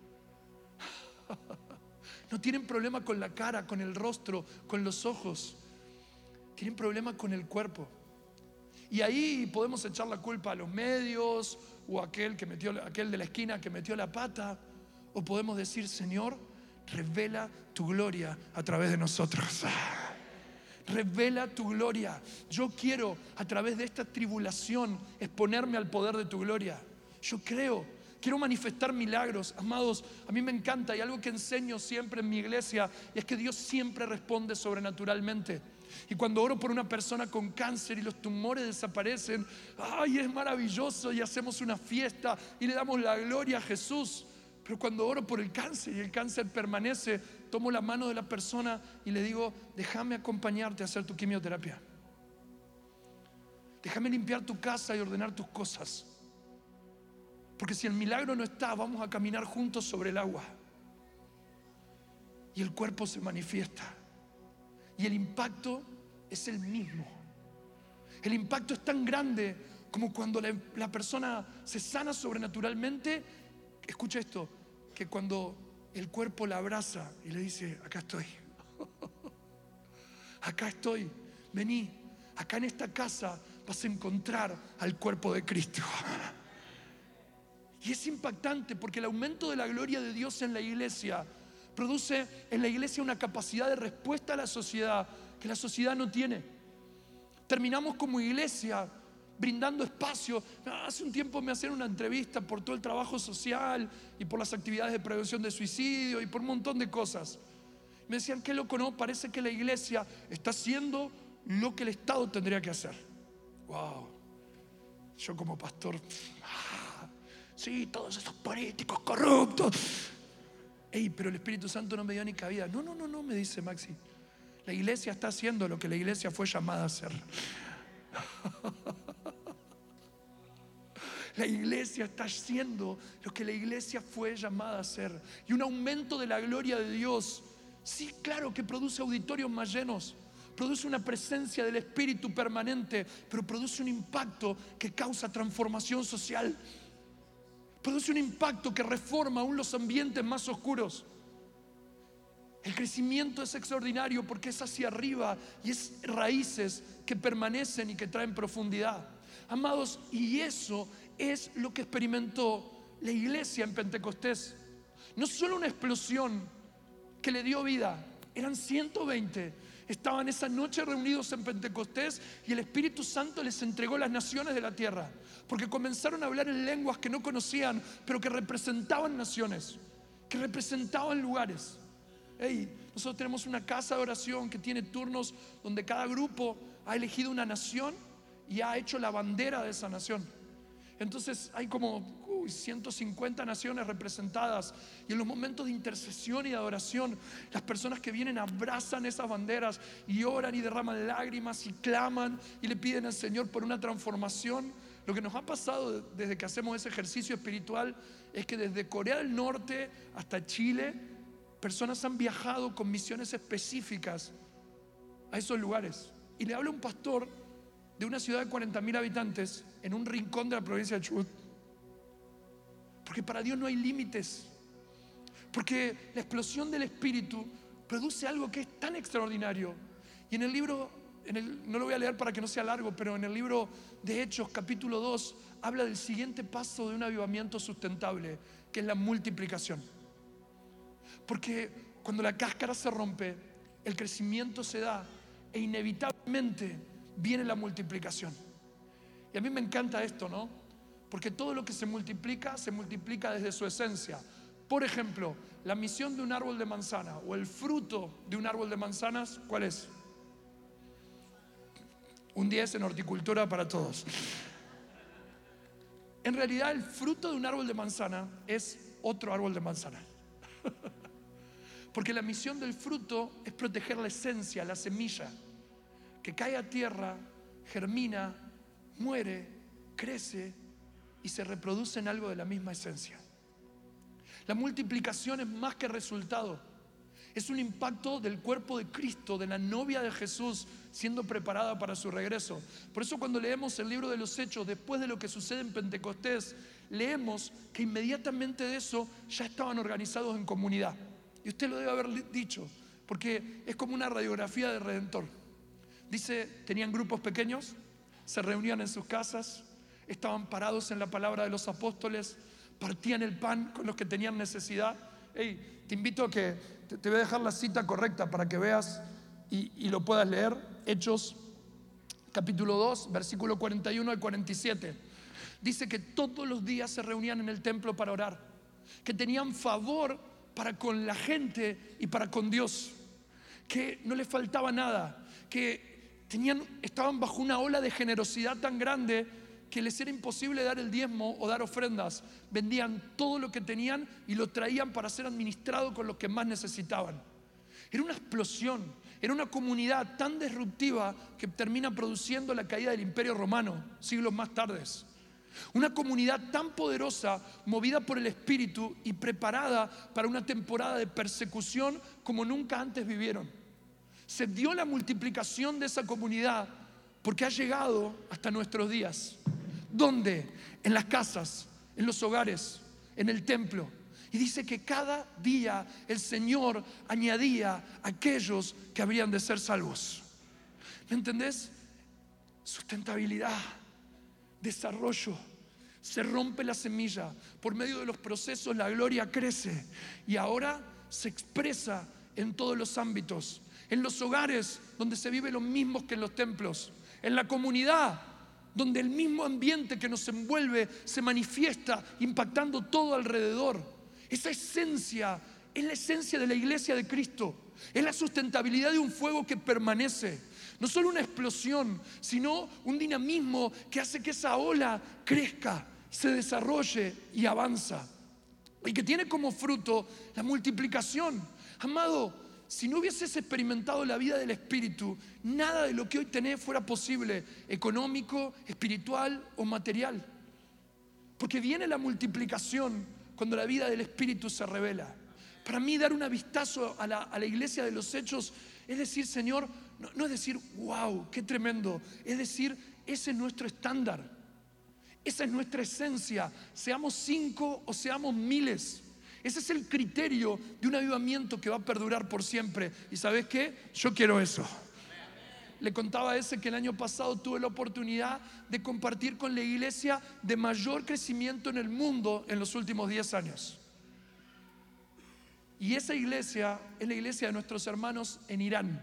No tienen problema con la cara, con el rostro, con los ojos. Tienen problema con el cuerpo. Y ahí podemos echar la culpa a los medios o a aquel, que metió, aquel de la esquina que metió la pata. O podemos decir, Señor, revela tu gloria a través de nosotros. Revela tu gloria. Yo quiero a través de esta tribulación exponerme al poder de tu gloria. Yo creo, quiero manifestar milagros. Amados, a mí me encanta y algo que enseño siempre en mi iglesia es que Dios siempre responde sobrenaturalmente. Y cuando oro por una persona con cáncer y los tumores desaparecen, ¡ay, es maravilloso! Y hacemos una fiesta y le damos la gloria a Jesús. Pero cuando oro por el cáncer y el cáncer permanece, tomo la mano de la persona y le digo, déjame acompañarte a hacer tu quimioterapia. Déjame limpiar tu casa y ordenar tus cosas. Porque si el milagro no está, vamos a caminar juntos sobre el agua. Y el cuerpo se manifiesta. Y el impacto es el mismo. El impacto es tan grande como cuando la, la persona se sana sobrenaturalmente. Escucha esto, que cuando el cuerpo la abraza y le dice, acá estoy. Acá estoy, vení. Acá en esta casa vas a encontrar al cuerpo de Cristo. Y es impactante porque el aumento de la gloria de Dios en la iglesia produce en la iglesia una capacidad de respuesta a la sociedad que la sociedad no tiene. Terminamos como iglesia brindando espacio. Hace un tiempo me hacían una entrevista por todo el trabajo social y por las actividades de prevención de suicidio y por un montón de cosas. Me decían, qué loco, ¿no? Parece que la iglesia está haciendo lo que el Estado tendría que hacer. Wow. Yo como pastor, ah, sí, todos esos políticos corruptos. Ey, pero el Espíritu Santo no me dio ni cabida. No, no, no, no, me dice Maxi. La iglesia está haciendo lo que la iglesia fue llamada a hacer. La iglesia está haciendo lo que la iglesia fue llamada a hacer. Y un aumento de la gloria de Dios, sí, claro que produce auditorios más llenos, produce una presencia del Espíritu permanente, pero produce un impacto que causa transformación social. Produce un impacto que reforma aún los ambientes más oscuros. El crecimiento es extraordinario porque es hacia arriba y es raíces que permanecen y que traen profundidad. Amados, y eso es lo que experimentó la iglesia en Pentecostés. No solo una explosión que le dio vida, eran ciento veinte. Estaban esa noche reunidos en Pentecostés y el Espíritu Santo les entregó las naciones de la tierra, porque comenzaron a hablar en lenguas que no conocían, pero que representaban naciones, que representaban lugares. Hey, nosotros tenemos una casa de oración que tiene turnos donde cada grupo ha elegido una nación y ha hecho la bandera de esa nación. Entonces hay como uy, ciento cincuenta naciones representadas, y en los momentos de intercesión y de adoración las personas que vienen abrazan esas banderas y oran y derraman lágrimas y claman y le piden al Señor por una transformación. Lo que nos ha pasado desde que hacemos ese ejercicio espiritual es que desde Corea del Norte hasta Chile personas han viajado con misiones específicas a esos lugares. Y le habla un pastor de una ciudad de cuarenta mil habitantes en un rincón de la provincia de Chubut. Porque para Dios no hay límites. Porque la explosión del Espíritu produce algo que es tan extraordinario. Y en el libro, en el, no lo voy a leer para que no sea largo, pero en el libro de Hechos capítulo dos habla del siguiente paso de un avivamiento sustentable, que es la multiplicación. Porque cuando la cáscara se rompe, el crecimiento se da e inevitablemente viene la multiplicación. Y a mí me encanta esto, ¿no? Porque todo lo que se multiplica, se multiplica desde su esencia. Por ejemplo, la misión de un árbol de manzana o el fruto de un árbol de manzanas, ¿cuál es? Un diez en horticultura para todos. En realidad, el fruto de un árbol de manzana es otro árbol de manzana. Porque la misión del fruto es proteger la esencia, la semilla, que cae a tierra, germina, muere, crece y se reproduce en algo de la misma esencia. La multiplicación es más que resultado, Es un impacto del cuerpo de Cristo, de la novia de Jesús, siendo preparada para su regreso. Por eso cuando leemos el libro de los Hechos, después de lo que sucede en Pentecostés, leemos que inmediatamente de eso ya estaban organizados en comunidad. Y usted lo debe haber dicho, porque es como una radiografía del Redentor. Dice, tenían grupos pequeños, se reunían en sus casas, estaban parados en la palabra de los apóstoles, partían el pan con los que tenían necesidad. Hey, te invito a que te, te voy a dejar la cita correcta para que veas y, y lo puedas leer. Hechos capítulo dos, versículo cuarenta y uno al cuarenta y siete. Dice que todos los días se reunían en el templo para orar, que tenían favor para con la gente y para con Dios, que no les faltaba nada, que tenían, estaban bajo una ola de generosidad tan grande que les era imposible dar el diezmo o dar ofrendas. Vendían todo lo que tenían y lo traían para ser administrado con los que más necesitaban. Era una explosión, era una comunidad tan disruptiva que termina produciendo la caída del Imperio Romano siglos más tarde. Una comunidad tan poderosa, movida por el Espíritu y preparada para una temporada de persecución como nunca antes vivieron. Se dio la multiplicación de esa comunidad porque ha llegado hasta nuestros días. ¿Dónde? En las casas, en los hogares, en el templo. Y dice que cada día el Señor añadía a aquellos que habrían de ser salvos. ¿Me entendés? Sustentabilidad, desarrollo. Se rompe la semilla. Por medio de los procesos la gloria crece. Y ahora se expresa en todos los ámbitos. En los hogares, donde se vive lo mismo que en los templos. En la comunidad, donde el mismo ambiente que nos envuelve se manifiesta impactando todo alrededor. Esa esencia es la esencia de la iglesia de Cristo. Es la sustentabilidad de un fuego que permanece. No solo una explosión, sino un dinamismo que hace que esa ola crezca, se desarrolle y avanza. Y que tiene como fruto la multiplicación. Amado, si no hubieses experimentado la vida del Espíritu, nada de lo que hoy tenés fuera posible, económico, espiritual o material. Porque viene la multiplicación cuando la vida del Espíritu se revela. Para mí dar un vistazo a la, a la iglesia de los Hechos es decir, Señor, no, no es decir, wow, qué tremendo. Es decir, ese es nuestro estándar. Esa es nuestra esencia. Seamos cinco o seamos miles. Ese es el criterio de un avivamiento que va a perdurar por siempre. ¿Y sabes qué? Yo quiero eso. Le contaba a ese que el año pasado tuve la oportunidad de compartir con la iglesia de mayor crecimiento en el mundo en los últimos diez años. Y esa iglesia es la iglesia de nuestros hermanos en Irán.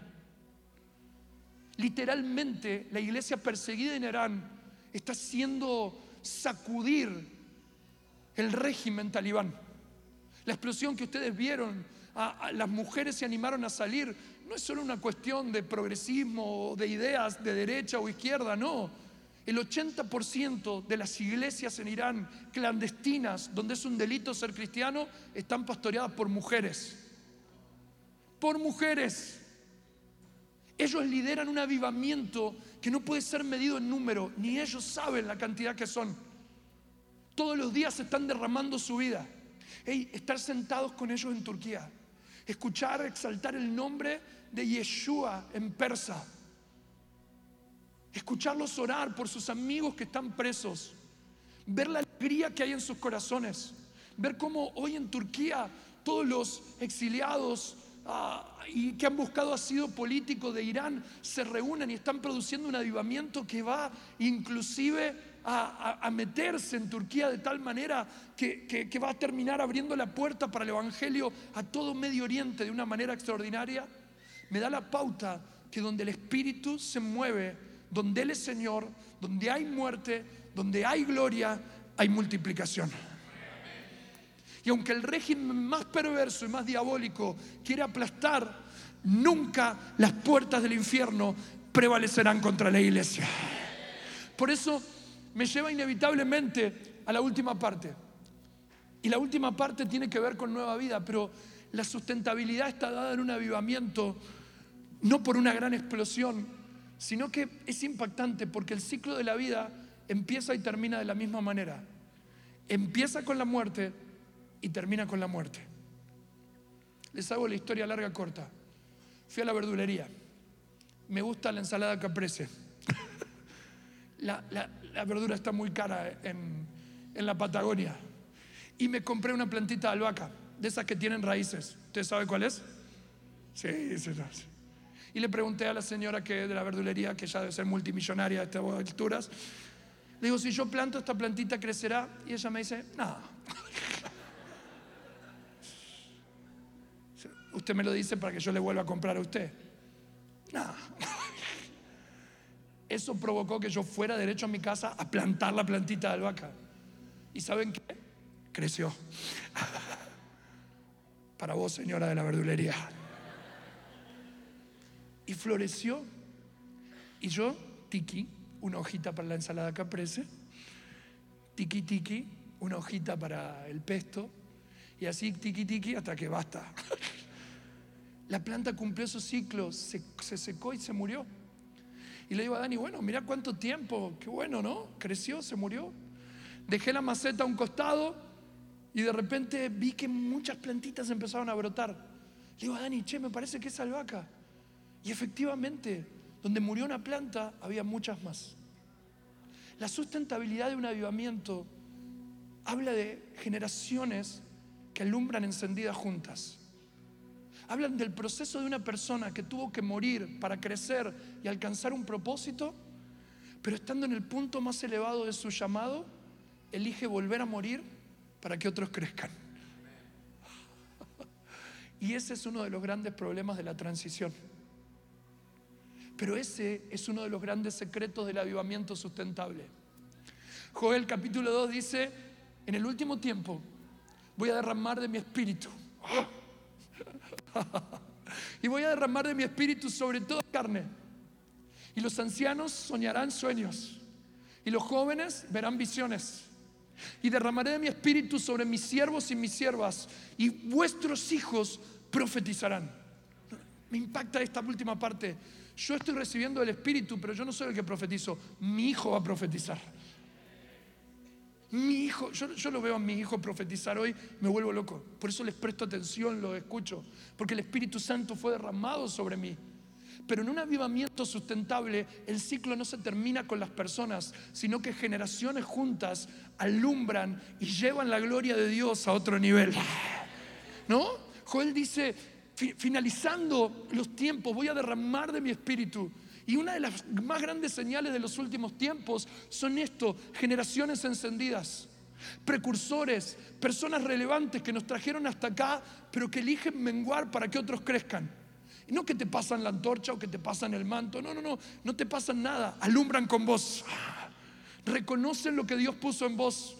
Literalmente, la iglesia perseguida en Irán está haciendo sacudir el régimen talibán. La explosión que ustedes vieron, a, a las mujeres se animaron a salir, no es solo una cuestión de progresismo o de ideas de derecha o izquierda, no. El ochenta por ciento de las iglesias en Irán clandestinas, donde es un delito ser cristiano, están pastoreadas por mujeres. Por mujeres. Ellos lideran un avivamiento que no puede ser medido en número, ni ellos saben la cantidad que son. Todos los días están derramando su vida. Hey, estar sentados con ellos en Turquía, escuchar exaltar el nombre de Yeshua en persa, escucharlos orar por sus amigos que están presos, ver la alegría que hay en sus corazones, ver cómo hoy en Turquía todos los exiliados uh, y que han buscado asilo político de Irán se reúnen y están produciendo un avivamiento que va inclusive A, a, a meterse en Turquía de tal manera que, que, que va a terminar abriendo la puerta para el evangelio a todo Medio Oriente de una manera extraordinaria. Me da la pauta que donde el Espíritu se mueve, donde Él es Señor, donde hay muerte, donde hay gloria, hay multiplicación. Y aunque el régimen más perverso y más diabólico quiere aplastar, nunca las puertas del infierno prevalecerán contra la iglesia. Por eso me lleva inevitablemente a la última parte. Y la última parte tiene que ver con nueva vida, pero la sustentabilidad está dada en un avivamiento, no por una gran explosión, sino que es impactante porque el ciclo de la vida empieza y termina de la misma manera. Empieza con la muerte y termina con la muerte. Les hago la historia larga corta. Fui a la verdulería. Me gusta la ensalada caprese. La, la, la verdura está muy cara en, en la Patagonia. Y me compré una plantita de albahaca, de esas que tienen raíces. ¿Usted sabe cuál es? Sí, sí, sí. Y le pregunté a la señora que de la verdulería, que ya debe ser multimillonaria a estas alturas, le digo, si yo planto esta plantita, ¿crecerá? Y ella me dice, no. Usted me lo dice para que yo le vuelva a comprar a usted. No. Eso provocó que yo fuera derecho a mi casa a plantar la plantita de albahaca. ¿Y saben qué? Creció. Para vos, señora de la verdulería. Y floreció. Y yo, tiki, una hojita para la ensalada caprese. Tiki, tiki, una hojita para el pesto. Y así, tiki, tiki, hasta que basta. La planta cumplió su ciclo, se, se secó y se murió. Y le digo a Dani, bueno, mira cuánto tiempo, qué bueno, ¿no? Creció, se murió. Dejé la maceta a un costado y de repente vi que muchas plantitas empezaron a brotar. Le digo a Dani, che, me parece que es albahaca. Y efectivamente, donde murió una planta, había muchas más. La sustentabilidad de un avivamiento habla de generaciones que alumbran encendidas juntas. Hablan del proceso de una persona que tuvo que morir para crecer y alcanzar un propósito, pero estando en el punto más elevado de su llamado, elige volver a morir para que otros crezcan. Y ese es uno de los grandes problemas de la transición. Pero ese es uno de los grandes secretos del avivamiento sustentable. Joel capítulo dos dice, en el último tiempo voy a derramar de mi espíritu. Y voy a derramar de mi espíritu sobre toda carne. Y los ancianos soñarán sueños. Y los jóvenes verán visiones. Y derramaré de mi espíritu sobre mis siervos y mis siervas. Y vuestros hijos profetizarán. Me impacta esta última parte. Yo estoy recibiendo el espíritu, pero yo no soy el que profetizo. Mi hijo va a profetizar. Mi hijo, yo, yo lo veo a mi hijo profetizar hoy, me vuelvo loco. Por eso les presto atención, lo escucho. Porque el Espíritu Santo fue derramado sobre mí. Pero en un avivamiento sustentable, el ciclo no se termina con las personas, sino que generaciones juntas alumbran y llevan la gloria de Dios a otro nivel. ¿No? Joel dice, finalizando los tiempos, voy a derramar de mi espíritu. Y una de las más grandes señales de los últimos tiempos son esto: generaciones encendidas, precursores, personas relevantes que nos trajeron hasta acá, pero que eligen menguar para que otros crezcan. Y no que te pasan la antorcha o que te pasan el manto, no, no, no, no te pasan nada, alumbran con vos, reconocen lo que Dios puso en vos,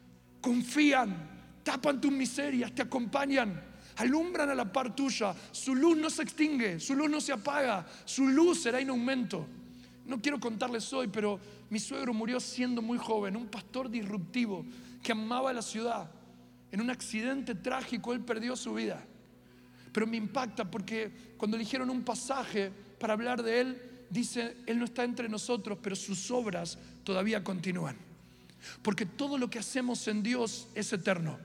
confían, tapan tus miserias, te acompañan. Alumbran a la par tuya, su luz no se extingue, su luz no se apaga, su luz será en aumento. No quiero contarles hoy, pero mi suegro murió siendo muy joven, un pastor disruptivo que amaba la ciudad. En un accidente trágico él perdió su vida. Pero me impacta porque cuando eligieron un pasaje para hablar de él, dice, él no está entre nosotros, pero sus obras todavía continúan. Porque todo lo que hacemos en Dios es eterno.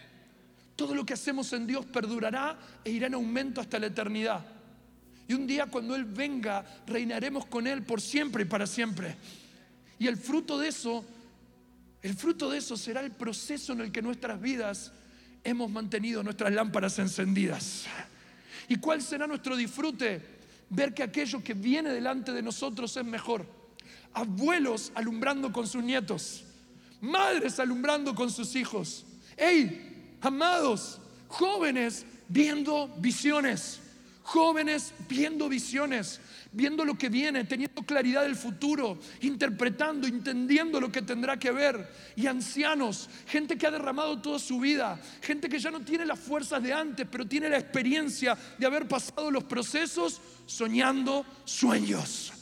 Todo lo que hacemos en Dios perdurará e irá en aumento hasta la eternidad. Y un día cuando Él venga, reinaremos con Él por siempre y para siempre. Y el fruto de eso, el fruto de eso será el proceso en el que nuestras vidas hemos mantenido nuestras lámparas encendidas. ¿Y cuál será nuestro disfrute? Ver que aquello que viene delante de nosotros es mejor. Abuelos alumbrando con sus nietos, madres alumbrando con sus hijos. ¡Ey! Amados, jóvenes viendo visiones, jóvenes viendo visiones, viendo lo que viene, teniendo claridad del futuro, interpretando, entendiendo lo que tendrá que ver. Y ancianos, gente que ha derramado toda su vida, gente que ya no tiene las fuerzas de antes, pero tiene la experiencia de haber pasado los procesos, soñando sueños.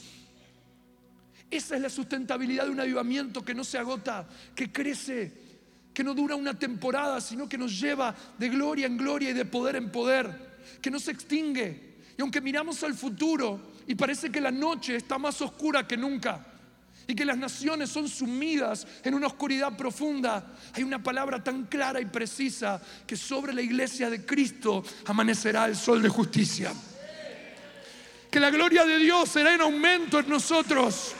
Esa es la sustentabilidad de un avivamiento que no se agota, que crece, que no dura una temporada, sino que nos lleva de gloria en gloria y de poder en poder, que no se extingue. Y aunque miramos al futuro y parece que la noche está más oscura que nunca, y que las naciones son sumidas en una oscuridad profunda, hay una palabra tan clara y precisa que sobre la iglesia de Cristo amanecerá el sol de justicia. Que la gloria de Dios será en aumento en nosotros.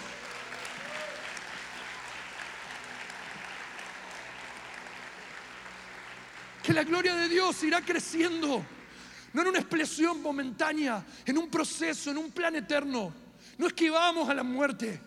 Que la gloria de Dios irá creciendo, no en una explosión momentánea, en un proceso, en un plan eterno. No esquivamos a la muerte.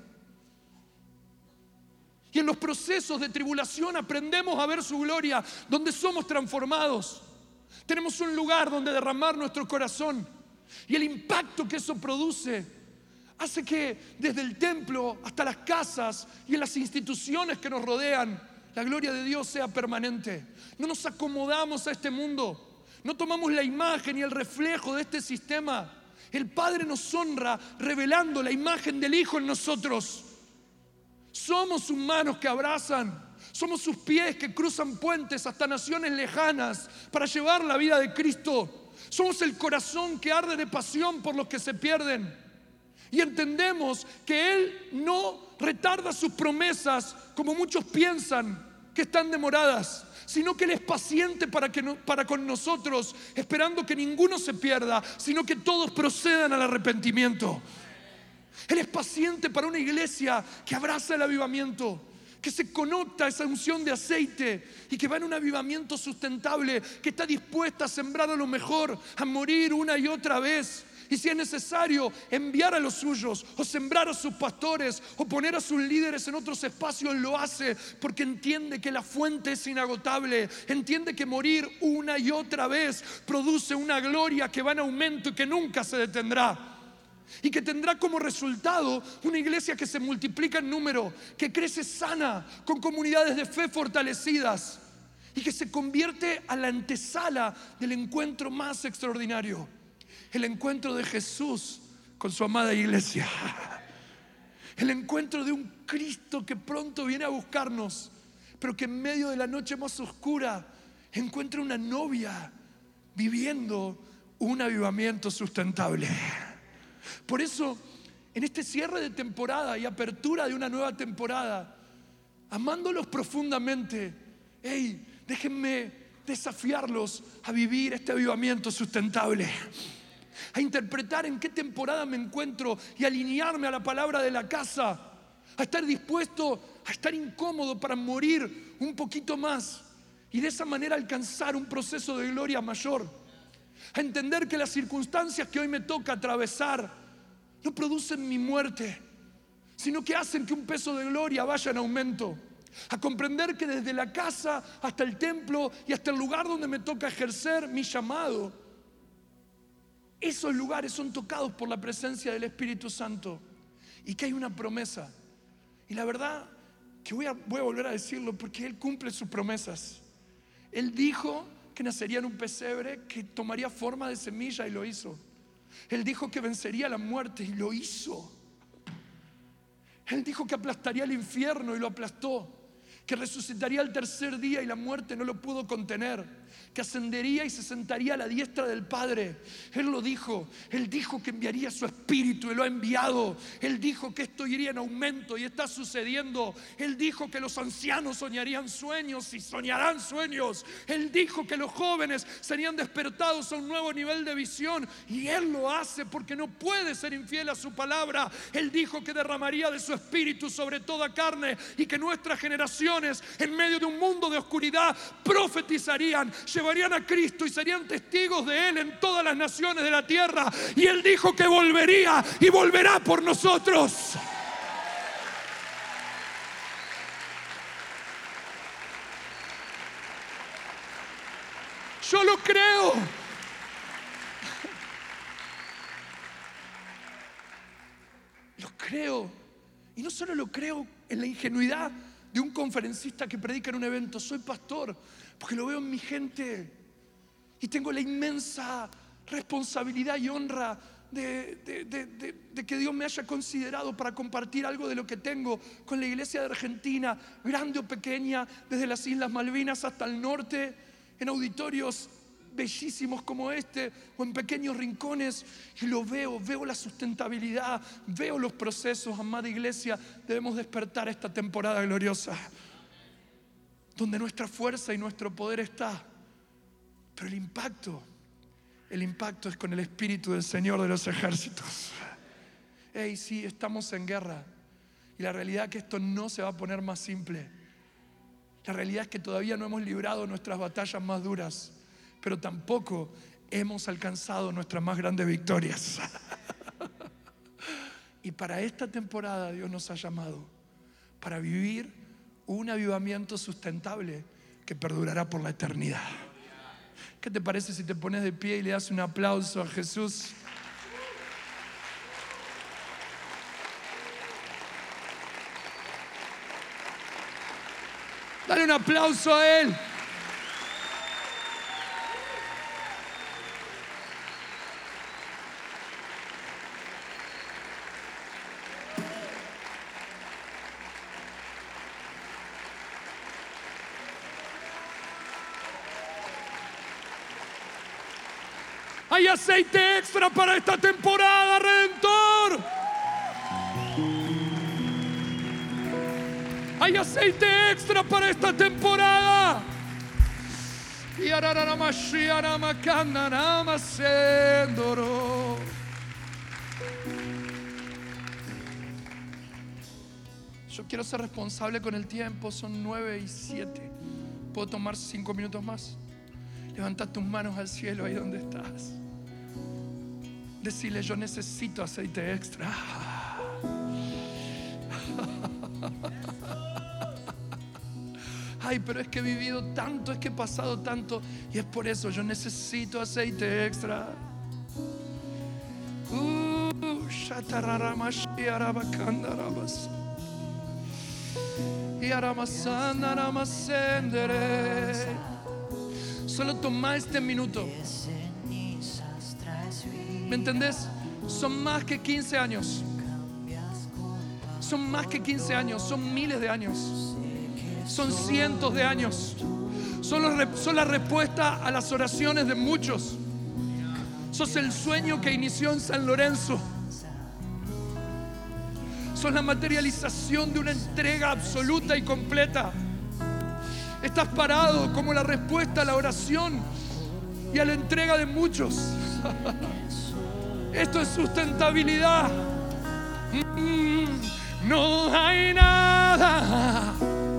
Y en los procesos de tribulación aprendemos a ver su gloria, donde somos transformados. Tenemos un lugar donde derramar nuestro corazón. Y el impacto que eso produce hace que desde el templo hasta las casas y en las instituciones que nos rodean, la gloria de Dios sea permanente. No nos acomodamos a este mundo. No tomamos la imagen y el reflejo de este sistema. El Padre nos honra revelando la imagen del Hijo en nosotros. Somos sus manos que abrazan. Somos sus pies que cruzan puentes hasta naciones lejanas para llevar la vida de Cristo. Somos el corazón que arde de pasión por los que se pierden. Y entendemos que Él no retarda sus promesas como muchos piensan que están demoradas, sino que Él es paciente para, que no, para con nosotros, esperando que ninguno se pierda, sino que todos procedan al arrepentimiento. Él es paciente para una iglesia que abraza el avivamiento, que se conecta a esa unción de aceite y que va en un avivamiento sustentable, que está dispuesta a sembrar a lo mejor, a morir una y otra vez. Y si es necesario enviar a los suyos o sembrar a sus pastores o poner a sus líderes en otros espacios, lo hace porque entiende que la fuente es inagotable. Entiende que morir una y otra vez produce una gloria que va en aumento y que nunca se detendrá. Y que tendrá como resultado una iglesia que se multiplica en número, que crece sana, con comunidades de fe fortalecidas y que se convierte a la antesala del encuentro más extraordinario. El encuentro de Jesús con su amada iglesia. El encuentro de un Cristo que pronto viene a buscarnos, pero que en medio de la noche más oscura encuentra una novia viviendo un avivamiento sustentable. Por eso, en este cierre de temporada y apertura de una nueva temporada, amándolos profundamente, hey, déjenme desafiarlos a vivir este avivamiento sustentable, a interpretar en qué temporada me encuentro y alinearme a la palabra de la casa, a estar dispuesto a estar incómodo para morir un poquito más y de esa manera alcanzar un proceso de gloria mayor, a entender que las circunstancias que hoy me toca atravesar no producen mi muerte, sino que hacen que un peso de gloria vaya en aumento, a comprender que desde la casa hasta el templo y hasta el lugar donde me toca ejercer mi llamado, esos lugares son tocados por la presencia del Espíritu Santo y que hay una promesa. Y la verdad que voy a, voy a volver a decirlo porque Él cumple sus promesas. Él dijo que nacería en un pesebre, que tomaría forma de semilla y lo hizo. Él dijo que vencería la muerte y lo hizo. Él dijo que aplastaría el infierno y lo aplastó. Que resucitaría al tercer día y la muerte no lo pudo contener. Que ascendería y se sentaría a la diestra del Padre. Él lo dijo. Él dijo que enviaría su Espíritu y lo ha enviado. Él dijo que esto iría en aumento y está sucediendo. Él dijo que los ancianos soñarían sueños y soñarán sueños. Él dijo que los jóvenes serían despertados a un nuevo nivel de visión y Él lo hace porque no puede ser infiel a su palabra. Él dijo que derramaría de su Espíritu sobre toda carne y que nuestras generaciones en medio de un mundo de oscuridad profetizarían, llevarían a Cristo y serían testigos de Él en todas las naciones de la tierra. Y Él dijo que volvería y volverá por nosotros. Yo lo creo. Lo creo. Y no solo lo creo en la ingenuidad de un conferencista que predica en un evento. Soy pastor porque lo veo en mi gente y tengo la inmensa responsabilidad y honra de, de, de, de, de que Dios me haya considerado para compartir algo de lo que tengo con la iglesia de Argentina, grande o pequeña, desde las Islas Malvinas hasta el norte, en auditorios bellísimos como este o en pequeños rincones y lo veo, veo la sustentabilidad, veo los procesos. Amada iglesia, debemos despertar esta temporada gloriosa donde nuestra fuerza y nuestro poder está, pero el impacto, el impacto es con el Espíritu del Señor de los ejércitos. Hey, sí, estamos en guerra y la realidad es que esto no se va a poner más simple. La realidad es que todavía no hemos librado nuestras batallas más duras, pero tampoco hemos alcanzado nuestras más grandes victorias. Y para esta temporada Dios nos ha llamado para vivir un avivamiento sustentable que perdurará por la eternidad. ¿Qué te parece si te pones de pie y le das un aplauso a Jesús? Dale un aplauso a Él. Hay aceite extra para esta temporada, Redentor. Hay aceite extra para esta temporada. Yo quiero ser responsable con el tiempo. Son nueve y siete. ¿Puedo tomar cinco minutos más? Levanta tus manos al cielo ahí donde estás. Decirle: yo necesito aceite extra. Ay, pero es que he vivido tanto, es que he pasado tanto, y es por eso yo necesito aceite extra. Uh, Solo toma este minuto. ¿Me entendés? Son más que quince años. Son más que quince años. Son miles de años. Son cientos de años. Son, los, son la respuesta a las oraciones de muchos. Sos el sueño que inició en San Lorenzo. Sos la materialización de una entrega absoluta y completa. Estás parado como la respuesta a la oración y a la entrega de muchos. Esto es sustentabilidad. No hay nada,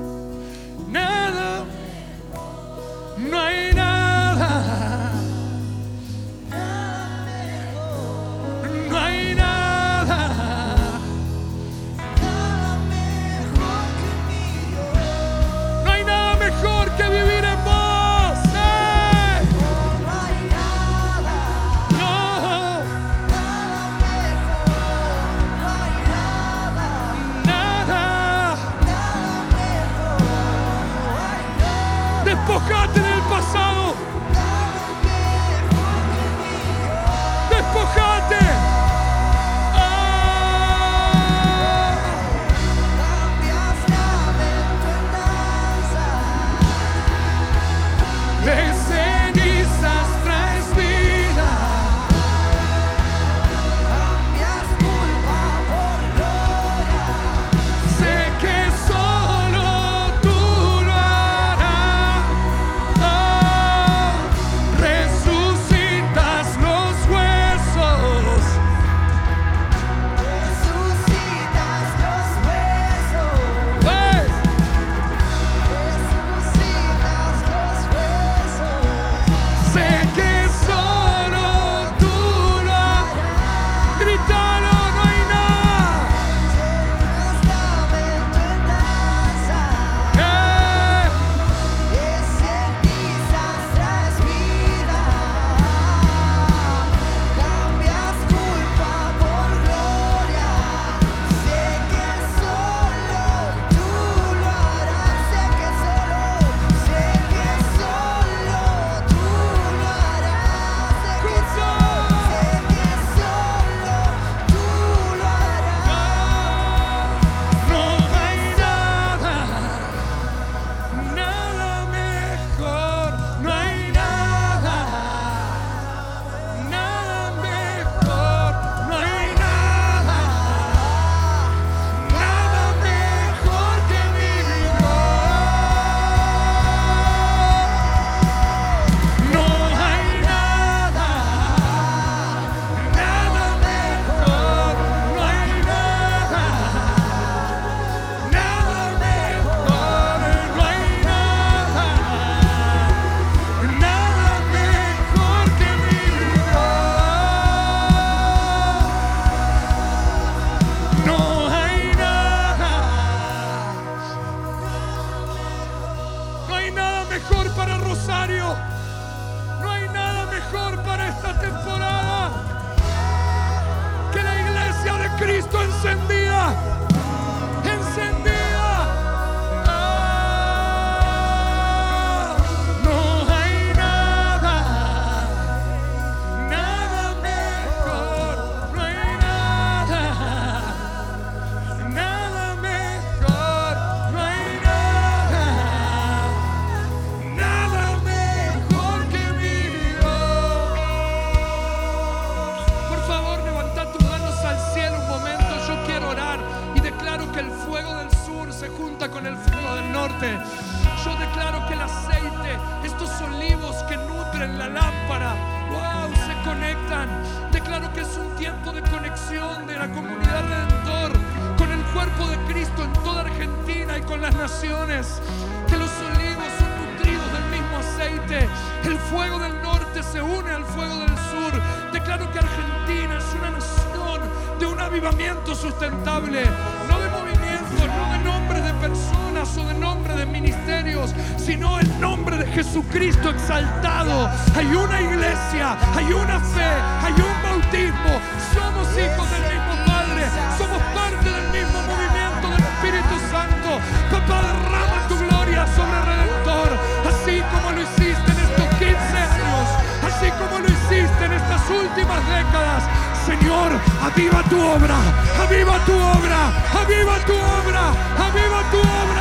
nada, no hay nada, no hay nada, no hay nada mejor que vivir en vos. Despojate del pasado. Despojate. Ah. De cenizas traes vida. Cambias culpa por gloria. Sé que solo tú lo harás. hay nada mejor para Rosario. No hay nada mejor para esta temporada que la iglesia de Cristo encendida. Encendida. Ah, no hay nada, nada mejor. No hay nada, nada mejor. No hay nada, nada mejor que mi Dios. Por favor, levanta tus manos al cielo un momento. Yo quiero orar y declaro que el fuego del sur se junta con el fuego del norte. Yo declaro que el aceite, estos olivos que nutren la lámpara, wow, se conectan. Declaro que es un tiempo de conexión de la comunidad Redentor con el cuerpo de Cristo en toda Argentina y con las naciones. Que los olivos son nutridos del mismo aceite. El fuego del norte se une al fuego del sur. Declaro que Argentina es una nación de un avivamiento sustentable, no de movimientos, no de nombres de personas o de nombres de ministerios, sino el nombre de Jesucristo exaltado. Hay una iglesia, hay una fe, hay un bautismo. Somos hijos del mismo Padre, somos parte del mismo movimiento del Espíritu Santo. Papá, derrama tu gloria sobre Redentor, así como lo hiciste en estos quince años, así como lo hiciste en estas últimas décadas. Señor, aviva tu obra, aviva tu obra, aviva tu obra, aviva tu obra.